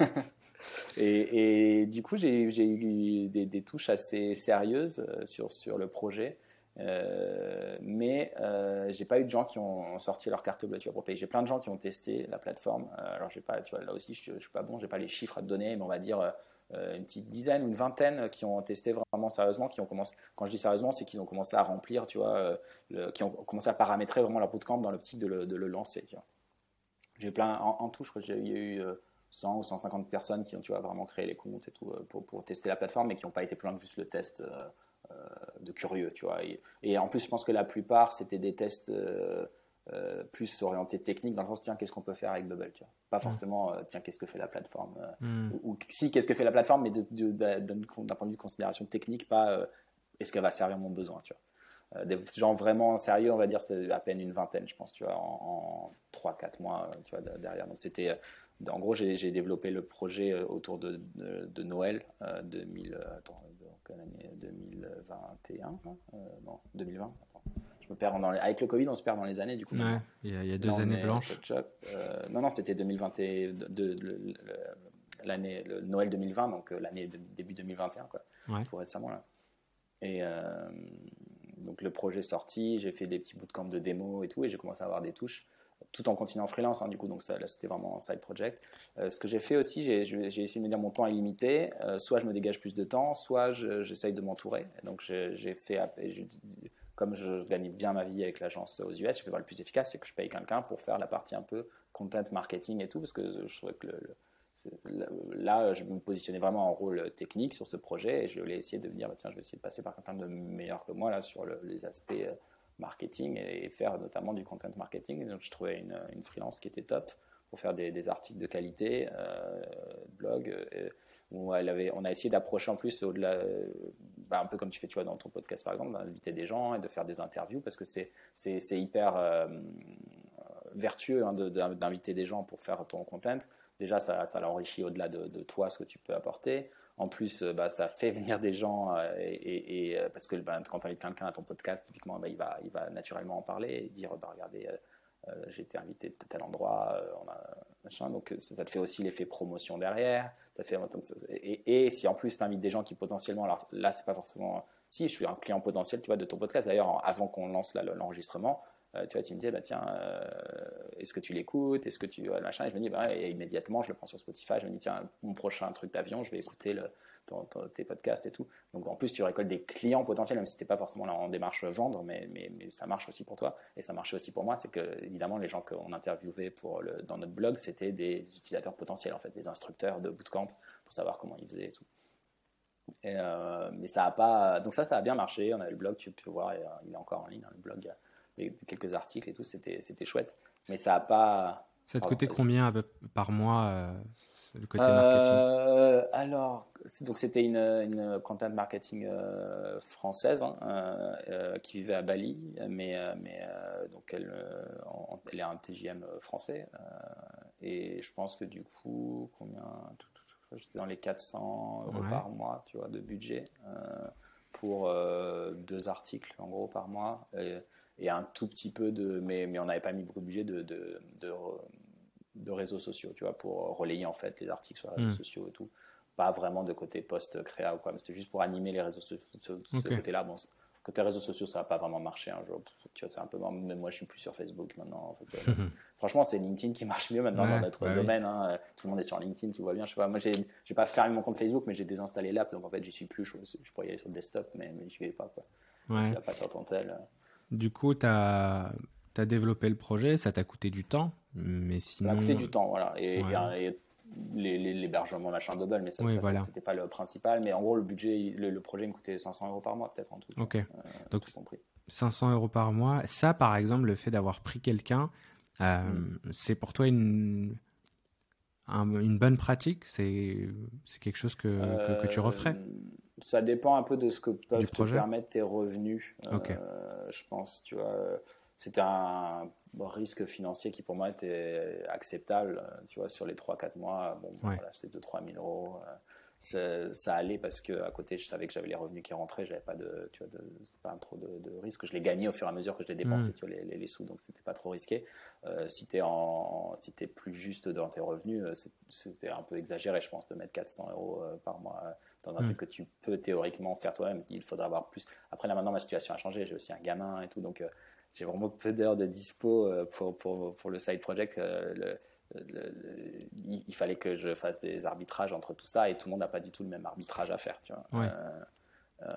et, et du coup, j'ai, j'ai eu des, des touches assez sérieuses euh, sur, sur le projet. Euh, mais euh, j'ai pas eu de gens qui ont sorti leur carte bleue, tu vois, pour payer. J'ai plein de gens qui ont testé la plateforme. Euh, alors j'ai pas, tu vois, là aussi je, je suis pas bon, j'ai pas les chiffres à te donner, mais on va dire euh, une petite dizaine ou une vingtaine qui ont testé vraiment sérieusement, qui ont commencé. Quand je dis sérieusement, c'est qu'ils ont commencé à remplir, tu vois, euh, le, qui ont commencé à paramétrer vraiment leur bootcamp dans l'optique de le, de le lancer, tu vois. J'ai plein en, en tout, je crois qu'il y a eu euh, cent ou cent cinquante personnes qui ont, tu vois, vraiment créé les comptes et tout euh, pour, pour tester la plateforme, mais qui n'ont pas été plus loin que juste le test. Euh, Euh, de curieux, tu vois. Et, et en plus, je pense que la plupart, c'était des tests euh, euh, plus orientés techniques, dans le sens, tiens, qu'est-ce qu'on peut faire avec Bubble, tu vois. Pas forcément, euh, tiens, qu'est-ce que fait la plateforme euh, mm. ou, ou si, qu'est-ce que fait la plateforme, mais de, de, de, d'un point de vue de considération technique, pas euh, est-ce qu'elle va servir mon besoin, tu vois. Euh, des gens vraiment sérieux, on va dire, c'est à peine une vingtaine, je pense, tu vois, en, en trois quatre mois, tu vois, derrière. Donc, c'était... Euh, en gros, j'ai, j'ai développé le projet autour de, de, de Noël euh, deux mille, attends, l'année deux mille vingt et un, hein euh, non, deux mille vingt. Attends. Je me perds dans les, avec le Covid, on se perd dans les années du coup. Ouais, il y a, il y a deux là, années blanches. Euh, non, non, c'était deux mille vingt et deux, de, de, de, l'année, le Noël deux mille vingt, donc l'année de, début deux mille vingt et un, quoi. Ouais. Tout récemment là. Et euh, donc le projet sorti, j'ai fait des petits bootcamps de démo et tout, et j'ai commencé à avoir des touches, tout en continuant freelance, hein, du coup, donc ça, là c'était vraiment un side project. Euh, ce que j'ai fait aussi, j'ai, j'ai essayé de me dire mon temps est limité, euh, soit je me dégage plus de temps, soit je, j'essaye de m'entourer. Et donc j'ai, j'ai fait, je, comme je gagne bien ma vie avec l'agence aux U S, je fais voir le plus efficace, c'est que je paye quelqu'un pour faire la partie un peu content marketing et tout, parce que je trouvais que le, le là, je me positionnais vraiment en rôle technique sur ce projet et je voulais essayer de me dire, bah, tiens, je vais essayer de passer par quelqu'un de meilleur que moi là, sur le, les aspects marketing et faire notamment du content marketing. Donc, je trouvais une, une freelance qui était top pour faire des, des articles de qualité, euh, blog, euh, où elle avait, on a essayé d'approcher en plus au-delà, euh, bah, un peu comme tu fais tu vois, dans ton podcast par exemple, d'inviter des gens et de faire des interviews parce que c'est, c'est, c'est hyper euh, vertueux hein, de, de, d'inviter des gens pour faire ton content. Déjà, ça, ça l'enrichit au-delà de, de toi, ce que tu peux apporter. En plus, bah, ça fait venir des gens euh, et, et, et, parce que bah, quand tu invites quelqu'un à ton podcast, typiquement, bah, il, va, il va naturellement en parler et dire bah, regardez, euh, j'ai été invité à tel endroit, euh, on a, machin. Donc, ça, ça te fait aussi l'effet promotion derrière. Ça fait, et, et si en plus tu invites des gens qui potentiellement, alors là, c'est pas forcément. Si, je suis un client potentiel tu vois, de ton podcast. D'ailleurs, avant qu'on lance là, l'enregistrement, Euh, tu vois, tu me disais, bah, tiens, euh, est-ce que tu l'écoutes, est-ce que tu ouais, machin, et je me dis, bah, et immédiatement, je le prends sur Spotify, je me dis, tiens, mon prochain truc d'avion, je vais écouter le, ton, ton, tes podcasts et tout. Donc, en plus, tu récoltes des clients potentiels, même si tu n'es pas forcément là en démarche vendre, mais, mais, mais ça marche aussi pour toi, et ça marchait aussi pour moi, c'est que, évidemment, les gens qu'on interviewait pour le, dans notre blog, c'était des utilisateurs potentiels, en fait, des instructeurs de bootcamp, pour savoir comment ils faisaient et tout. Et, euh, mais ça a pas, donc ça, ça a bien marché, on a le blog, tu peux voir, et, euh, il est encore en ligne, hein, le blog, quelques articles et tout, c'était, c'était chouette. Mais ça n'a pas... Ça te coûtait combien par mois euh, le côté marketing. Euh, alors, donc c'était une, une content marketing euh, française hein, euh, euh, qui vivait à Bali, mais, euh, mais euh, donc elle, euh, en, elle est un T J M français euh, et je pense que du coup, combien tout, tout, tout, j'étais dans les quatre cents euros Ouais. par mois, tu vois, de budget euh, pour euh, deux articles en gros par mois et, et un tout petit peu de, mais, mais on n'avait pas mis beaucoup de budget de, de, de de réseaux sociaux, tu vois, pour relayer en fait les articles sur les réseaux mmh. sociaux et tout. Pas vraiment de côté post-créa ou quoi, mais c'était juste pour animer les réseaux sociaux de okay. ce côté-là. Bon, côté réseaux sociaux, ça n'a pas vraiment marché. Hein, genre, tu vois, c'est un peu marrant. Même moi, je suis plus sur Facebook maintenant. En fait. Franchement, c'est LinkedIn qui marche mieux maintenant ouais, dans notre bah domaine. Oui. Hein. Tout le monde est sur LinkedIn, tu vois bien. Je sais pas, moi, j'ai, j'ai pas fermé mon compte Facebook, mais j'ai désinstallé l'app, donc en fait, j'y suis plus. Je, je pourrais y aller sur le desktop, mais, mais j'y vais pas. Quoi. Ouais. Je vais pas sur ton tel. Du coup, tu as tu as développé le projet, ça t'a coûté du temps, mais sinon... Ça m'a coûté du temps, voilà. Et, ouais. et, et les, les, l'hébergement, machin, double, mais ça, oui, ça voilà. c'était pas le principal. Mais en gros, le budget, le, le projet me coûtait cinq cents euros par mois, peut-être en tout. Ok. Euh, Donc, tout compris. cinq cents euros par mois. Ça, par exemple, le fait d'avoir pris quelqu'un, euh, mm. c'est pour toi une... Un, une bonne pratique, c'est, c'est quelque chose que, euh, que, que tu referais? Ça dépend un peu de ce que peuvent te permettre tes revenus. Okay. Euh, je pense, tu vois, c'était un risque financier qui pour moi était acceptable. Tu vois, sur les trois quatre mois, bon, ouais. voilà, c'était deux trois mille euros. Ça, ça allait parce qu'à côté, je savais que j'avais les revenus qui rentraient. J'avais pas de, tu vois, de, c'était pas un trop de, de risque. Je les gagnais au fur et à mesure que je les dépensais, mmh. tu vois, les, les, les sous, donc c'était pas trop risqué. Euh, si t'es en, si t'es plus juste dans tes revenus, c'est, c'était un peu exagéré, je pense, de mettre quatre cents euros par mois dans un mmh. truc que tu peux théoriquement faire toi-même. Il faudrait avoir plus. Après là, maintenant, ma situation a changé. J'ai aussi un gamin et tout, donc euh, j'ai vraiment peu d'heures de dispo pour pour pour le side project. Euh, le, Le, le, il fallait que je fasse des arbitrages entre tout ça et tout le monde n'a pas du tout le même arbitrage à faire, tu vois. Ouais. Euh, euh,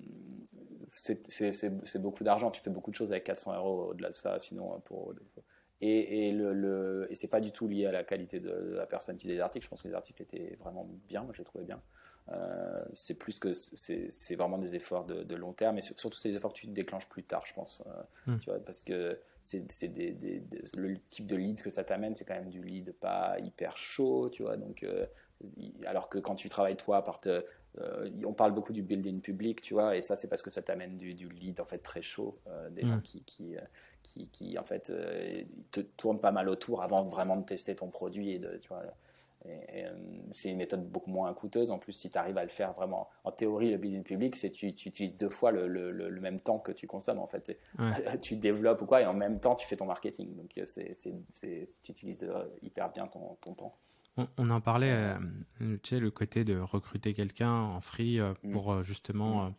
c'est, c'est, c'est, c'est beaucoup d'argent, tu fais beaucoup de choses avec quatre cents euros au-delà de ça, sinon pour et, et, le, le, et c'est pas du tout lié à la qualité de, de la personne qui faisait les articles. Je pense que les articles étaient vraiment bien, moi je les trouvais bien. Euh, c'est plus que c'est, c'est vraiment des efforts de, de long terme, et surtout c'est des efforts que tu déclenches plus tard, je pense. Euh, mmh. Tu vois, parce que c'est, c'est des, des, des, le type de lead que ça t'amène, c'est quand même du lead pas hyper chaud, tu vois. Donc, euh, alors que quand tu travailles toi, par te, euh, on parle beaucoup du building public, tu vois, et ça c'est parce que ça t'amène du, du lead en fait très chaud, euh, des mmh. gens qui, qui, qui, qui en fait euh, te tournent pas mal autour avant vraiment de tester ton produit et de, tu vois. Et, et, c'est une méthode beaucoup moins coûteuse. En plus, si tu arrives à le faire vraiment en théorie, le building public, c'est tu, tu utilises deux fois le, le, le, le même temps que tu consommes en fait. Ouais. Tu développes ou quoi, et en même temps tu fais ton marketing. Donc c'est, c'est, c'est, tu utilises hyper bien ton, ton temps. On, on en parlait, euh, tu sais, le côté de recruter quelqu'un en free euh, pour euh, justement mm. euh,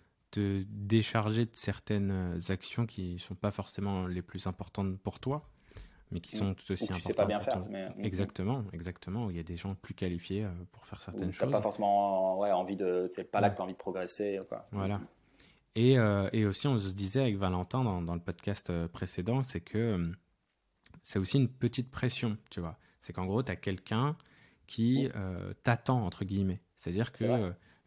te décharger de certaines actions qui sont pas forcément les plus importantes pour toi, mais qui sont tout aussi importantes. Tu importantes. sais pas bien faire. Mais... Exactement, exactement. Il y a des gens plus qualifiés pour faire certaines Ou choses. T'as pas forcément ouais, envie de, c'est pas là que tu as envie de progresser. Quoi. Voilà. Et, euh, et aussi, on se disait avec Valentin dans, dans le podcast précédent, c'est que euh, c'est aussi une petite pression, tu vois. C'est qu'en gros, tu as quelqu'un qui euh, t'attend, entre guillemets. C'est-à-dire que euh,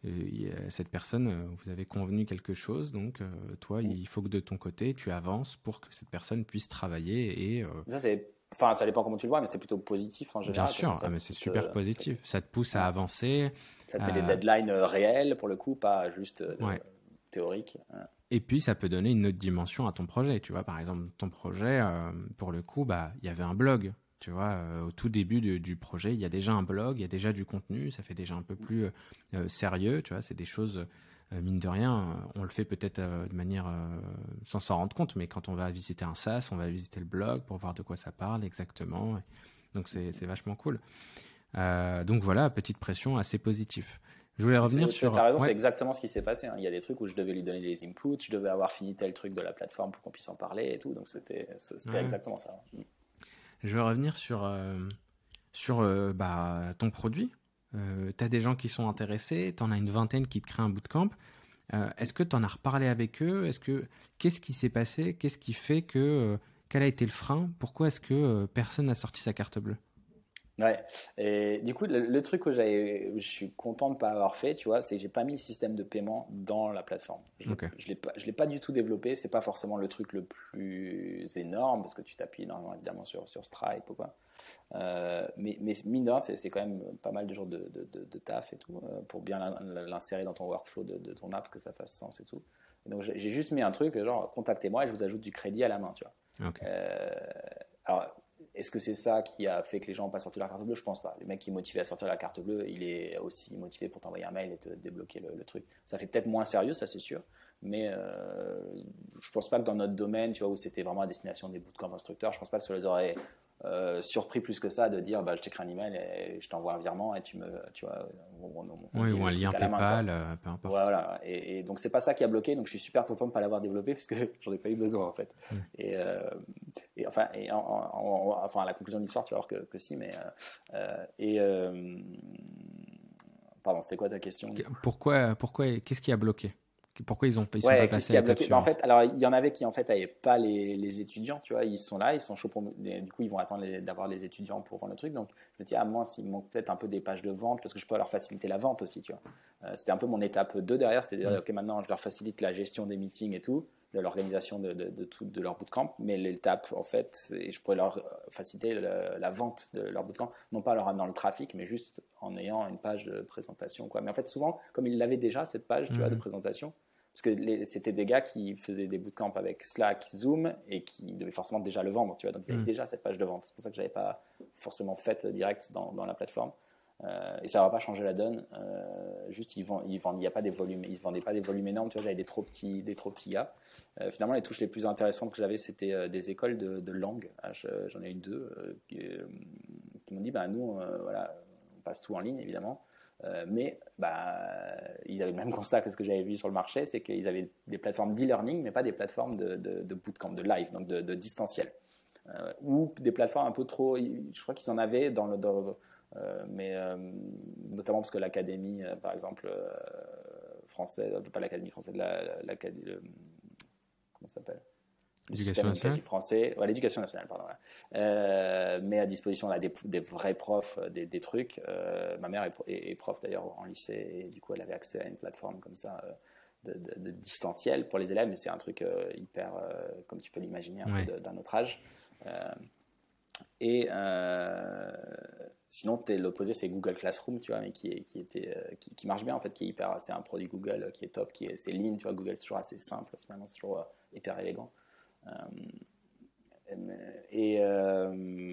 cette personne, euh, vous avez convenu quelque chose, donc euh, toi, mmh. il faut que de ton côté, tu avances pour que cette personne puisse travailler. Et, euh... Ça, c'est... Enfin, ça dépend comment tu le vois, mais c'est plutôt positif en général. Bien sûr, ah, mais c'est super te... positif. Ça te pousse à avancer. Ça te met euh... des deadlines réels, pour le coup, pas juste euh, ouais. théoriques. Et puis, ça peut donner une autre dimension à ton projet. Tu vois, par exemple, ton projet, euh, pour le coup, bah, y avait un blog. Tu vois, euh, au tout début de, du projet, il y a déjà un blog, il y a déjà du contenu, ça fait déjà un peu plus euh, sérieux. Tu vois, c'est des choses, euh, mine de rien, on le fait peut-être euh, de manière euh, sans s'en rendre compte, mais quand on va visiter un SaaS, on va visiter le blog pour voir de quoi ça parle exactement. Donc, c'est, c'est vachement cool. Euh, donc, voilà, petite pression assez positive. Je voulais revenir c'est, sur... Tu as raison, ouais. c'est exactement ce qui s'est passé. Hein. Il y a des trucs où je devais lui donner des inputs, je devais avoir fini tel truc de la plateforme pour qu'on puisse en parler et tout. Donc, c'était, c'était ouais. exactement ça. Je vais revenir sur, euh, sur euh, bah, ton produit. Euh, tu as des gens qui sont intéressés, tu en as une vingtaine qui te créent un bootcamp. Euh, est-ce que tu en as reparlé avec eux? Est-ce que, qu'est-ce qui s'est passé? Qu'est-ce qui fait que... Euh, quel a été le frein? Pourquoi est-ce que euh, personne n'a sorti sa carte bleue? Ouais. Et du coup, le, le truc que j'avais, je suis content de ne pas avoir fait, tu vois, c'est que j'ai pas mis le système de paiement dans la plateforme. Je Ok. ne l'ai pas, je l'ai pas du tout développé. C'est pas forcément le truc le plus énorme parce que tu t'appuies énormément évidemment sur, sur Stripe ou quoi. Euh, mais, mais mine de rien, c'est, c'est quand même pas mal de jours de, de, de, de taf et tout euh, pour bien l'insérer dans ton workflow de, de ton app, que ça fasse sens et tout. Et donc j'ai juste mis un truc genre contactez-moi et je vous ajoute du crédit à la main, tu vois. Ok. Euh, alors est-ce que c'est ça qui a fait que les gens n'ont pas sorti leur carte bleue? Je pense pas. Le mec qui est motivé à sortir la carte bleue, il est aussi motivé pour t'envoyer un mail et te débloquer le, le truc. Ça fait peut-être moins sérieux, ça c'est sûr, mais euh, je pense pas que dans notre domaine, tu vois, où c'était vraiment à destination des bootcamp instructeurs, je pense pas que ça les aurait euh, surpris plus que ça de dire, bah, je t'écris un email et je t'envoie un virement et tu me, tu vois, on, on, on Oui, dit ou le un lien truc à la main, PayPal, quoi. euh, peu importe. Voilà, et, et donc c'est pas ça qui a bloqué, donc je suis super content de ne pas l'avoir développé parce que j'en ai pas eu besoin en fait. Mm. Et, euh, et enfin, et en, en, en, enfin, à la conclusion de l'histoire, tu vas voir que, que si, mais euh, et euh, pardon, c'était quoi ta question? Pourquoi, pourquoi, qu'est-ce qui a bloqué? Pourquoi ils ont, ils sont Ouais, pas qu'est-ce passés qui à a l'étape bloqué? Bah, en suivante? fait, alors il y en avait qui en fait n'avaient pas les, les étudiants, tu vois, ils sont là, ils sont chauds pour nous, du coup ils vont attendre les, d'avoir les étudiants pour vendre le truc. Donc je me dis ah moi s'il me manque peut-être un peu des pages de vente parce que je peux leur faciliter la vente aussi, tu vois. Euh, c'était un peu mon étape deux derrière, c'était de dire Mm. ok maintenant je leur facilite la gestion des meetings et tout, de l'organisation de, de, de tout de leur bootcamp, mais l'étape en fait, et je pourrais leur faciliter le, la vente de leur bootcamp, non pas leur amenant le trafic, mais juste en ayant une page de présentation, quoi. Mais en fait souvent comme ils l'avaient déjà cette page, tu vois, de Mm. présentation. Parce que les, c'était des gars qui faisaient des bootcamps avec Slack, Zoom, et qui devaient forcément déjà le vendre, tu vois. Donc, ils avaient Mm. déjà cette page de vente. C'est pour ça que je n'avais pas forcément fait direct dans, dans la plateforme. Euh, et ça ne va pas changer la donne. Euh, juste, ils vendent, ils vendent, il y a pas des volumes, ils ne vendaient pas des volumes énormes. Tu vois, j'avais des trop petits, des trop petits gars. Euh, finalement, les touches les plus intéressantes que j'avais, c'était euh, des écoles de, de langue. Ah, je, j'en ai eu deux euh, qui, euh, qui m'ont dit, bah, nous, euh, voilà, on passe tout en ligne, évidemment. Euh, mais bah, ils avaient le même constat que ce que j'avais vu sur le marché, c'est qu'ils avaient des plateformes d'e-learning, mais pas des plateformes de, de, de bootcamp, de live, donc de, de distanciel. Euh, ou des plateformes un peu trop, je crois qu'ils en avaient dans le, dans, euh, mais euh, notamment parce que l'académie, euh, par exemple, euh, française, pas l'académie française, la, la, la, le, comment ça s'appelle? Le système éducatif français, ouais, l'éducation nationale, pardon, ouais. euh, met à disposition là, des, des vrais profs, des, des trucs. Euh, ma mère est, est, est prof d'ailleurs en lycée et du coup elle avait accès à une plateforme comme ça euh, de, de, de distanciel pour les élèves, mais c'est un truc euh, hyper, euh, comme tu peux l'imaginer, un ouais. peu de, d'un autre âge. Euh, et euh, sinon, l'opposé, c'est Google Classroom, tu vois, mais qui, est, qui, était, qui, qui marche bien en fait, qui est hyper, c'est un produit Google qui est top, qui est, c'est lean, tu vois, Google c'est toujours assez simple finalement, c'est toujours euh, hyper élégant. Euh, et, euh,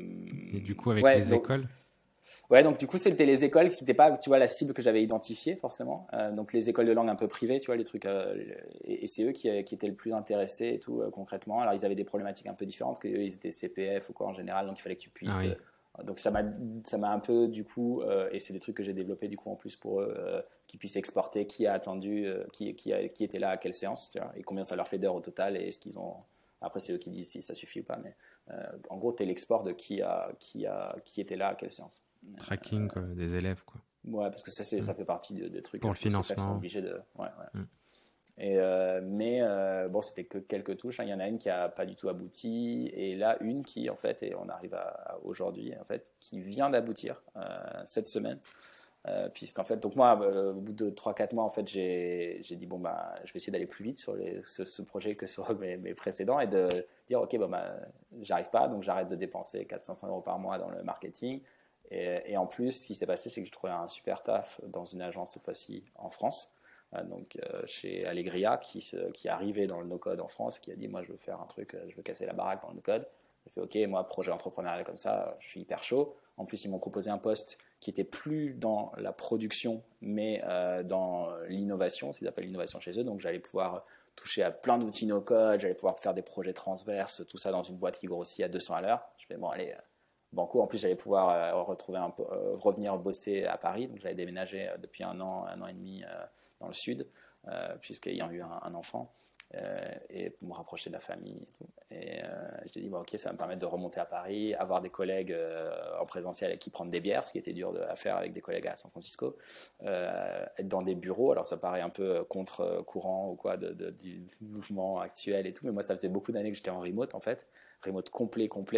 et du coup, avec ouais, les donc, écoles ouais, donc du coup, c'était les écoles qui n'étaient pas, tu vois, la cible que j'avais identifiée forcément. Euh, donc les écoles de langue un peu privées, tu vois, les trucs, euh, et, et c'est eux qui, qui étaient le plus intéressés et tout euh, concrètement. Alors ils avaient des problématiques un peu différentes, parce qu'eux ils étaient C P F ou quoi en général, donc il fallait que tu puisses. Ah oui. euh, donc ça m'a, ça m'a un peu du coup, euh, et c'est des trucs que j'ai développés du coup en plus pour eux, euh, qu'ils puissent exporter qui a attendu, euh, qui, qui, a, qui était là à quelle séance, tu vois, et combien ça leur fait d'heures au total, et est-ce qu'ils ont. Après, c'est eux qui disent si ça suffit ou pas, mais euh, en gros, tu es l'export de qui, a, qui, a, qui était là à quelle séance. Tracking quoi, des élèves, quoi. Ouais, parce que ça, c'est, mm. ça fait partie des, des trucs pour le financement. Sont obligés de. Ouais, ouais. Mm. Et euh, mais euh, bon, c'était que quelques touches. Hein. Il y en a une qui a pas du tout abouti, et là une qui en fait, et on arrive à, à aujourd'hui en fait, qui vient d'aboutir euh, cette semaine. Euh, puisqu'en fait, donc moi, euh, au bout de trois quatre mois, en fait, j'ai, j'ai dit bon bah, je vais essayer d'aller plus vite sur les, ce, ce projet que sur mes, mes précédents et de dire ok bon bah, j'arrive pas, donc j'arrête de dépenser quatre cents à cinq cents euros par mois dans le marketing. Et, et en plus, ce qui s'est passé, c'est que j'ai trouvé un super taf dans une agence cette fois-ci en France, euh, donc euh, chez Allegria, qui, qui est arrivé dans le no-code en France, qui a dit moi je veux faire un truc, je veux casser la baraque dans le no-code. J'ai fait ok, moi projet entrepreneurial comme ça, je suis hyper chaud. En plus, ils m'ont proposé un poste qui était plus dans la production, mais euh, dans l'innovation, ce qu'ils appellent l'innovation chez eux. Donc, j'allais pouvoir toucher à plein d'outils no-code, j'allais pouvoir faire des projets transverses, tout ça dans une boîte qui grossit à deux cents à l'heure. Je fais bon, allez, banco. En plus, j'allais pouvoir euh, retrouver un, euh, revenir bosser à Paris. Donc, j'avais déménagé euh, depuis un an, un an et demi euh, dans le sud, euh, puisqu'ayant eu un, un enfant. Euh, et pour me rapprocher de la famille et tout. Et euh, j'ai dit bon, ok, ça va me permettre de remonter à Paris, avoir des collègues euh, en présentiel avec qui prendre des bières, ce qui était dur de, à faire avec des collègues à San Francisco, euh, être dans des bureaux. Alors ça paraît un peu contre-courant ou quoi de, de, du mouvement actuel et tout, mais moi ça faisait beaucoup d'années que j'étais en remote en fait, remote complet complet.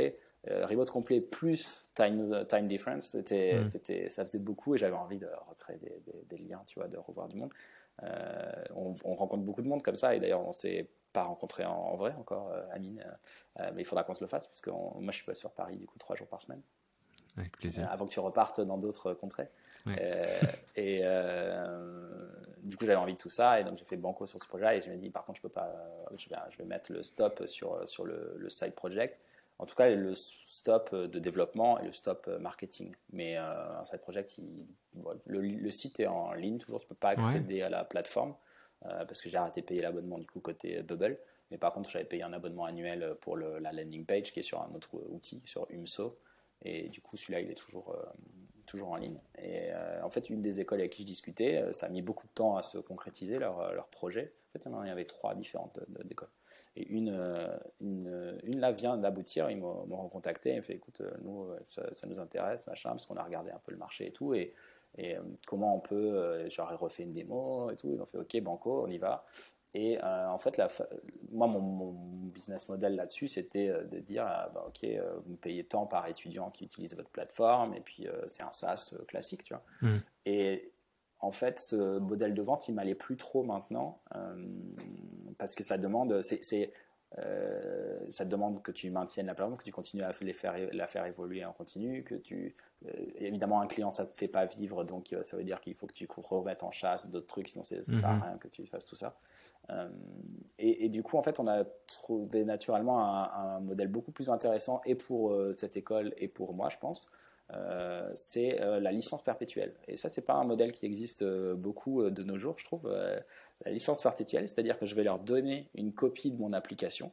euh, remote complet plus time, time difference, c'était, mmh. c'était, ça faisait beaucoup et j'avais envie de recréer des, des, des liens, tu vois, de revoir du monde. Euh, on, on rencontre beaucoup de monde comme ça et d'ailleurs on s'est pas rencontré en, en vrai encore, euh, Amine, euh, mais il faudra qu'on se le fasse parce que on, moi je suis pas sur Paris du coup trois jours par semaine. Avec plaisir. Euh, avant que tu repartes dans d'autres contrées. Ouais. Euh, et euh, du coup j'avais envie de tout ça et donc j'ai fait banco sur ce projet et je me dis par contre je peux pas, je vais, je vais mettre le stop sur, sur le, le side project. En tout cas, le stop de développement et le stop marketing. Mais euh, un side project, il, le, le site est en ligne toujours. Tu ne peux pas accéder ouais. à la plateforme euh, parce que j'ai arrêté de payer l'abonnement du coup côté Bubble. Mais par contre, j'avais payé un abonnement annuel pour le, la landing page qui est sur un autre outil, sur Umso. Et du coup, celui-là, il est toujours, euh, toujours en ligne. Et euh, en fait, une des écoles avec qui je discutais, ça a mis beaucoup de temps à se concrétiser leur, leur projet. En fait, il y avait trois différentes écoles. Et une, une, une là vient d'aboutir, ils m'ont, m'ont recontacté, ils m'ont fait écoute, nous, ça, ça nous intéresse, machin, parce qu'on a regardé un peu le marché et tout, et, et comment on peut, j'aurais refait une démo et tout, ils ont fait ok, banco, on y va. Et euh, en fait, la, moi, mon, mon business model là-dessus, c'était de dire ah, bah, ok, vous me payez tant par étudiant qui utilise votre plateforme, et puis euh, c'est un SaaS classique, tu vois. Mmh. Et en fait, ce modèle de vente, il m'allait plus trop maintenant euh, parce que ça demande, c'est, c'est, euh, ça demande que tu maintiennes la plateforme, que tu continues à les faire, la faire évoluer en continu, que tu, euh, évidemment, un client, ça ne te fait pas vivre, donc euh, ça veut dire qu'il faut que tu remettes en chasse d'autres trucs, sinon c'est, ça ne mm-hmm. sert à rien que tu fasses tout ça. Euh, et, et du coup, en fait, on a trouvé naturellement un, un modèle beaucoup plus intéressant et pour euh, cette école et pour moi, je pense. Euh, c'est euh, la licence perpétuelle. Et ça, c'est pas un modèle qui existe euh, beaucoup euh, de nos jours, je trouve. Euh, la licence perpétuelle, c'est-à-dire que je vais leur donner une copie de mon application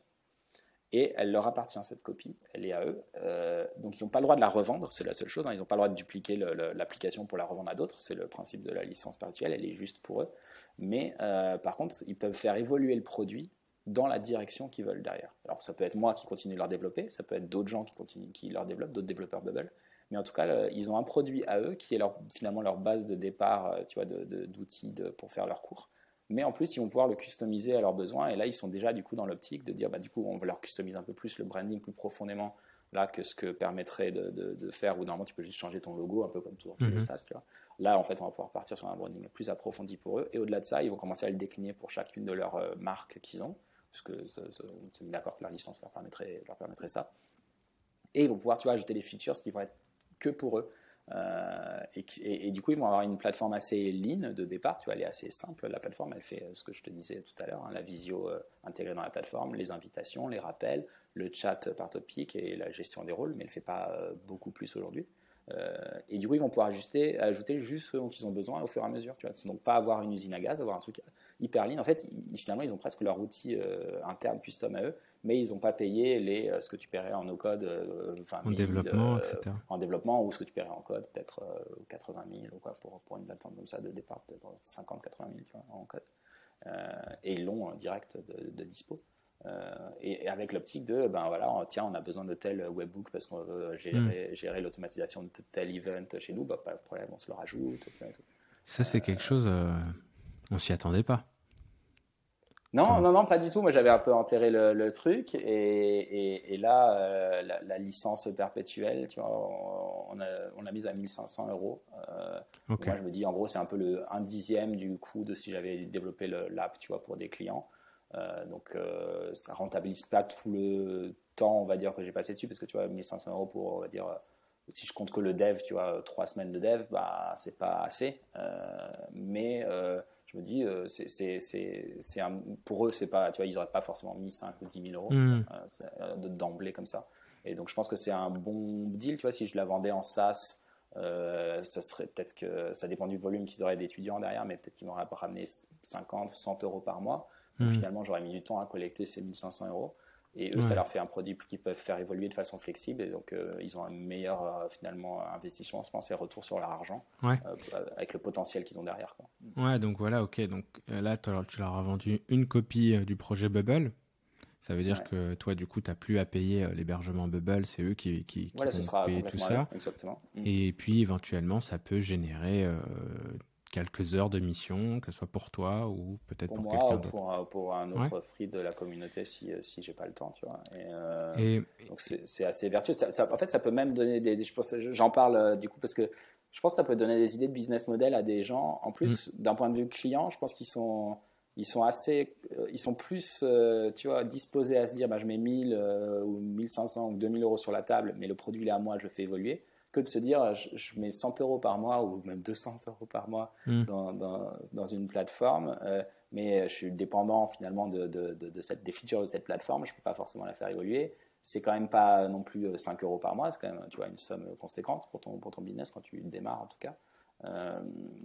et elle leur appartient, cette copie, elle est à eux. Euh, donc, ils n'ont pas le droit de la revendre, c'est la seule chose. Hein. Ils n'ont pas le droit de dupliquer le, le, l'application pour la revendre à d'autres. C'est le principe de la licence perpétuelle, elle est juste pour eux. Mais euh, par contre, ils peuvent faire évoluer le produit dans la direction qu'ils veulent derrière. Alors, ça peut être moi qui continue de leur développer, ça peut être d'autres gens qui, continuent, qui leur développent, d'autres développeurs Bubble. Mais en tout cas, le, ils ont un produit à eux qui est leur, finalement leur base de départ, tu vois, de, de, d'outils de, pour faire leurs cours. Mais en plus, ils vont pouvoir le customiser à leurs besoins. Et là, ils sont déjà du coup dans l'optique de dire, bah, du coup, on va leur customiser un peu plus le branding plus profondément là que ce que permettrait de, de, de faire. Où normalement, tu peux juste changer ton logo, un peu comme tous mm-hmm. les SaaS. Tu vois. Là, en fait, on va pouvoir partir sur un branding plus approfondi pour eux. Et au-delà de ça, ils vont commencer à le décliner pour chacune de leurs euh, marques qu'ils ont, parce que on s'est mis d'accord que leur licence leur permettrait, leur permettrait ça. Et ils vont pouvoir, tu vois, ajouter des features qui vont être que pour eux. Euh, et, et, et du coup, ils vont avoir une plateforme assez lean de départ. Tu vois, elle est assez simple. La plateforme, elle fait ce que je te disais tout à l'heure, hein, la visio euh, intégrée dans la plateforme, les invitations, les rappels, le chat par topic et la gestion des rôles, mais elle ne fait pas euh, beaucoup plus aujourd'hui. Euh, et du coup, ils vont pouvoir ajuster, ajouter juste ce dont ils ont besoin au fur et à mesure. Tu vois, donc pas avoir une usine à gaz, avoir un truc hyper lean. En fait, ils, finalement, ils ont presque leur outil euh, interne custom à eux, mais ils n'ont pas payé les, ce que tu paierais en no-code, euh, vingt mille, en développement, euh, et cetera. En développement, ou ce que tu paierais en code, peut-être euh, quatre-vingt mille ou quoi, pour, pour une plateforme comme ça de départ, peut-être cinquante à quatre-vingt mille tu vois, en code. Euh, et ils l'ont direct de, de dispo. Euh, et, et avec l'optique de, ben voilà, on, tiens, on a besoin de tel webbook parce qu'on veut gérer, mm. gérer l'automatisation de tel event chez nous, bah, pas de problème, on se le rajoute. Tout, tout. Ça, c'est euh, quelque chose, euh, on s'y attendait pas. Non, Comment? non, non, pas du tout. Moi, j'avais un peu enterré le, le truc, et, et, et là, euh, la, la licence perpétuelle, tu vois, on a, on l'a mise à mille cinq cents euros. Euh, okay. Moi, je me dis, en gros, c'est un peu le un dixième du coût de si j'avais développé le, l'app, tu vois, pour des clients. Euh, donc, euh, ça rentabilise pas tout le temps, on va dire, que j'ai passé dessus, parce que tu vois, mille cinq cents euros pour, on va dire, si je compte que le dev, tu vois, trois semaines de dev, bah, c'est pas assez. Euh, mais euh, je me dis, euh, c'est, c'est, c'est, c'est un, pour eux, c'est pas, tu vois, ils n'auraient pas forcément mis cinq ou dix mille euros mmh. euh, d'emblée comme ça. Et donc, je pense que c'est un bon deal, tu vois, si je la vendais en SaaS, euh, ça serait peut-être que, ça dépend du volume qu'ils auraient d'étudiants derrière, mais peut-être qu'ils m'auraient ramené cinquante, cent euros par mois. Donc, mmh. finalement, j'aurais mis du temps à collecter ces mille cinq cents euros. Et eux, ouais. ça leur fait un produit qu'ils peuvent faire évoluer de façon flexible. Et donc, euh, ils ont un meilleur euh, finalement, investissement, je pense, et retour sur leur argent ouais. euh, avec le potentiel qu'ils ont derrière. Quoi. Ouais, donc voilà, ok. Donc là, tu leur as vendu une copie du projet Bubble. Ça veut dire ouais. que toi, du coup, tu n'as plus à payer l'hébergement Bubble. C'est eux qui, qui, qui voilà, vont ce sera payer tout ça. Exactement. Et puis, éventuellement, ça peut générer euh, quelques heures de mission, que ce soit pour toi ou peut-être pour pour moi quelqu'un ou d'autre. pour, pour un autre Ouais. free de la communauté si, si j'ai pas le temps, tu vois. Et, euh, Et, donc c'est, c'est assez vertueux. Ça, ça, en fait, ça peut même donner des, des je pense, j'en parle euh, du coup parce que je pense que ça peut donner des idées de business model à des gens. En mm, plus, d'un point de vue client, je pense qu'ils sont, ils sont assez, euh, ils sont plus, euh, tu vois, disposés à se dire, bah, je mets mille euh, ou mille cinq cents ou deux mille euros sur la table, mais le produit il est à moi, je le fais évoluer, que de se dire, je, je mets cent euros par mois ou même deux cents euros par mois mm. dans, dans, dans une plateforme. Euh, mais je suis dépendant finalement de, de, de, de cette, des features de cette plateforme, je ne peux pas forcément la faire évoluer. C'est quand même pas non plus cinq euros par mois, c'est quand même, tu vois, une somme conséquente pour ton, pour ton business quand tu démarres en tout cas. Euh,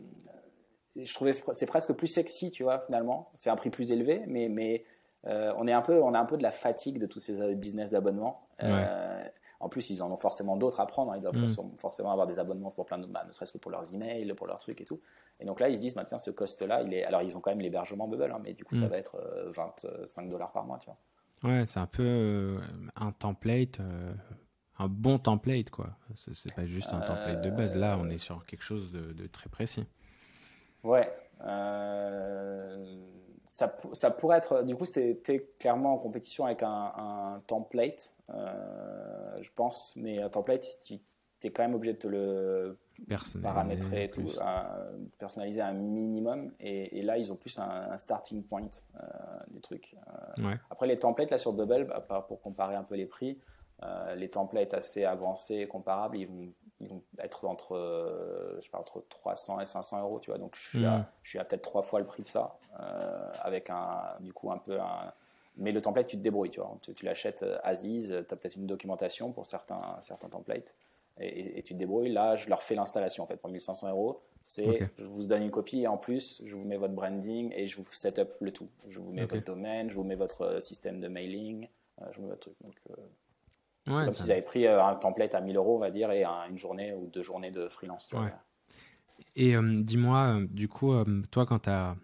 je trouvais c'est presque plus sexy, tu vois, finalement. C'est un prix plus élevé, mais, mais euh, on, est un peu, on a un peu de la fatigue de tous ces business d'abonnement. Ouais. Euh, en plus, ils en ont forcément d'autres à prendre. Ils doivent Mm. forcément avoir des abonnements pour plein de, bah, ne serait-ce que pour leurs emails, pour leurs trucs et tout. Et donc là, ils se disent, bah, tiens, ce cost-là, il est. Alors, ils ont quand même l'hébergement Bubble, hein, mais du coup, Mm. ça va être euh, vingt-cinq dollars par mois, tu vois. Ouais, c'est un peu euh, un template, euh, un bon template, quoi. C'est, c'est pas juste un template de base. Là, on Euh, est sur quelque chose de, de très précis. ouais. Euh, ça, ça pourrait être. Du coup, c'était clairement en compétition avec un, un template, euh, je pense. Mais un template, tu es quand même obligé de te le Personnalisé paramétrer en et tout, plus. un, personnaliser un minimum. Et, et là, ils ont plus un, un starting point euh, du truc. Euh, Ouais. après, les templates là sur Bubble, bah, pour comparer un peu les prix, euh, les templates assez avancés et comparables, ils vont, ils vont être entre, euh, je sais pas, entre trois cents et cinq cents euros, tu vois. Donc, je suis Mm. à, je suis à peut-être trois fois le prix de ça, euh, avec un, du coup, un peu un. Mais le template, tu te débrouilles, tu vois. Tu, tu l'achètes as is, tu as peut-être une documentation pour certains, certains templates. Et, et, tu te débrouilles. Là, je leur fais l'installation en fait pour mille cinq cents euros. Ok. C'est, je vous donne une copie et en plus, je vous mets votre branding et je vous set up le tout. Je vous mets Ok. votre domaine, je vous mets votre système de mailing, euh, je vous mets votre truc. Donc, euh, c'est Ouais, comme ça. s'ils avaient pris euh, un template à mille euros, on va dire, et un, une journée ou deux journées de freelance. Tu vois, Ouais. Et euh, dis-moi, euh, du coup, euh, toi, quand tu as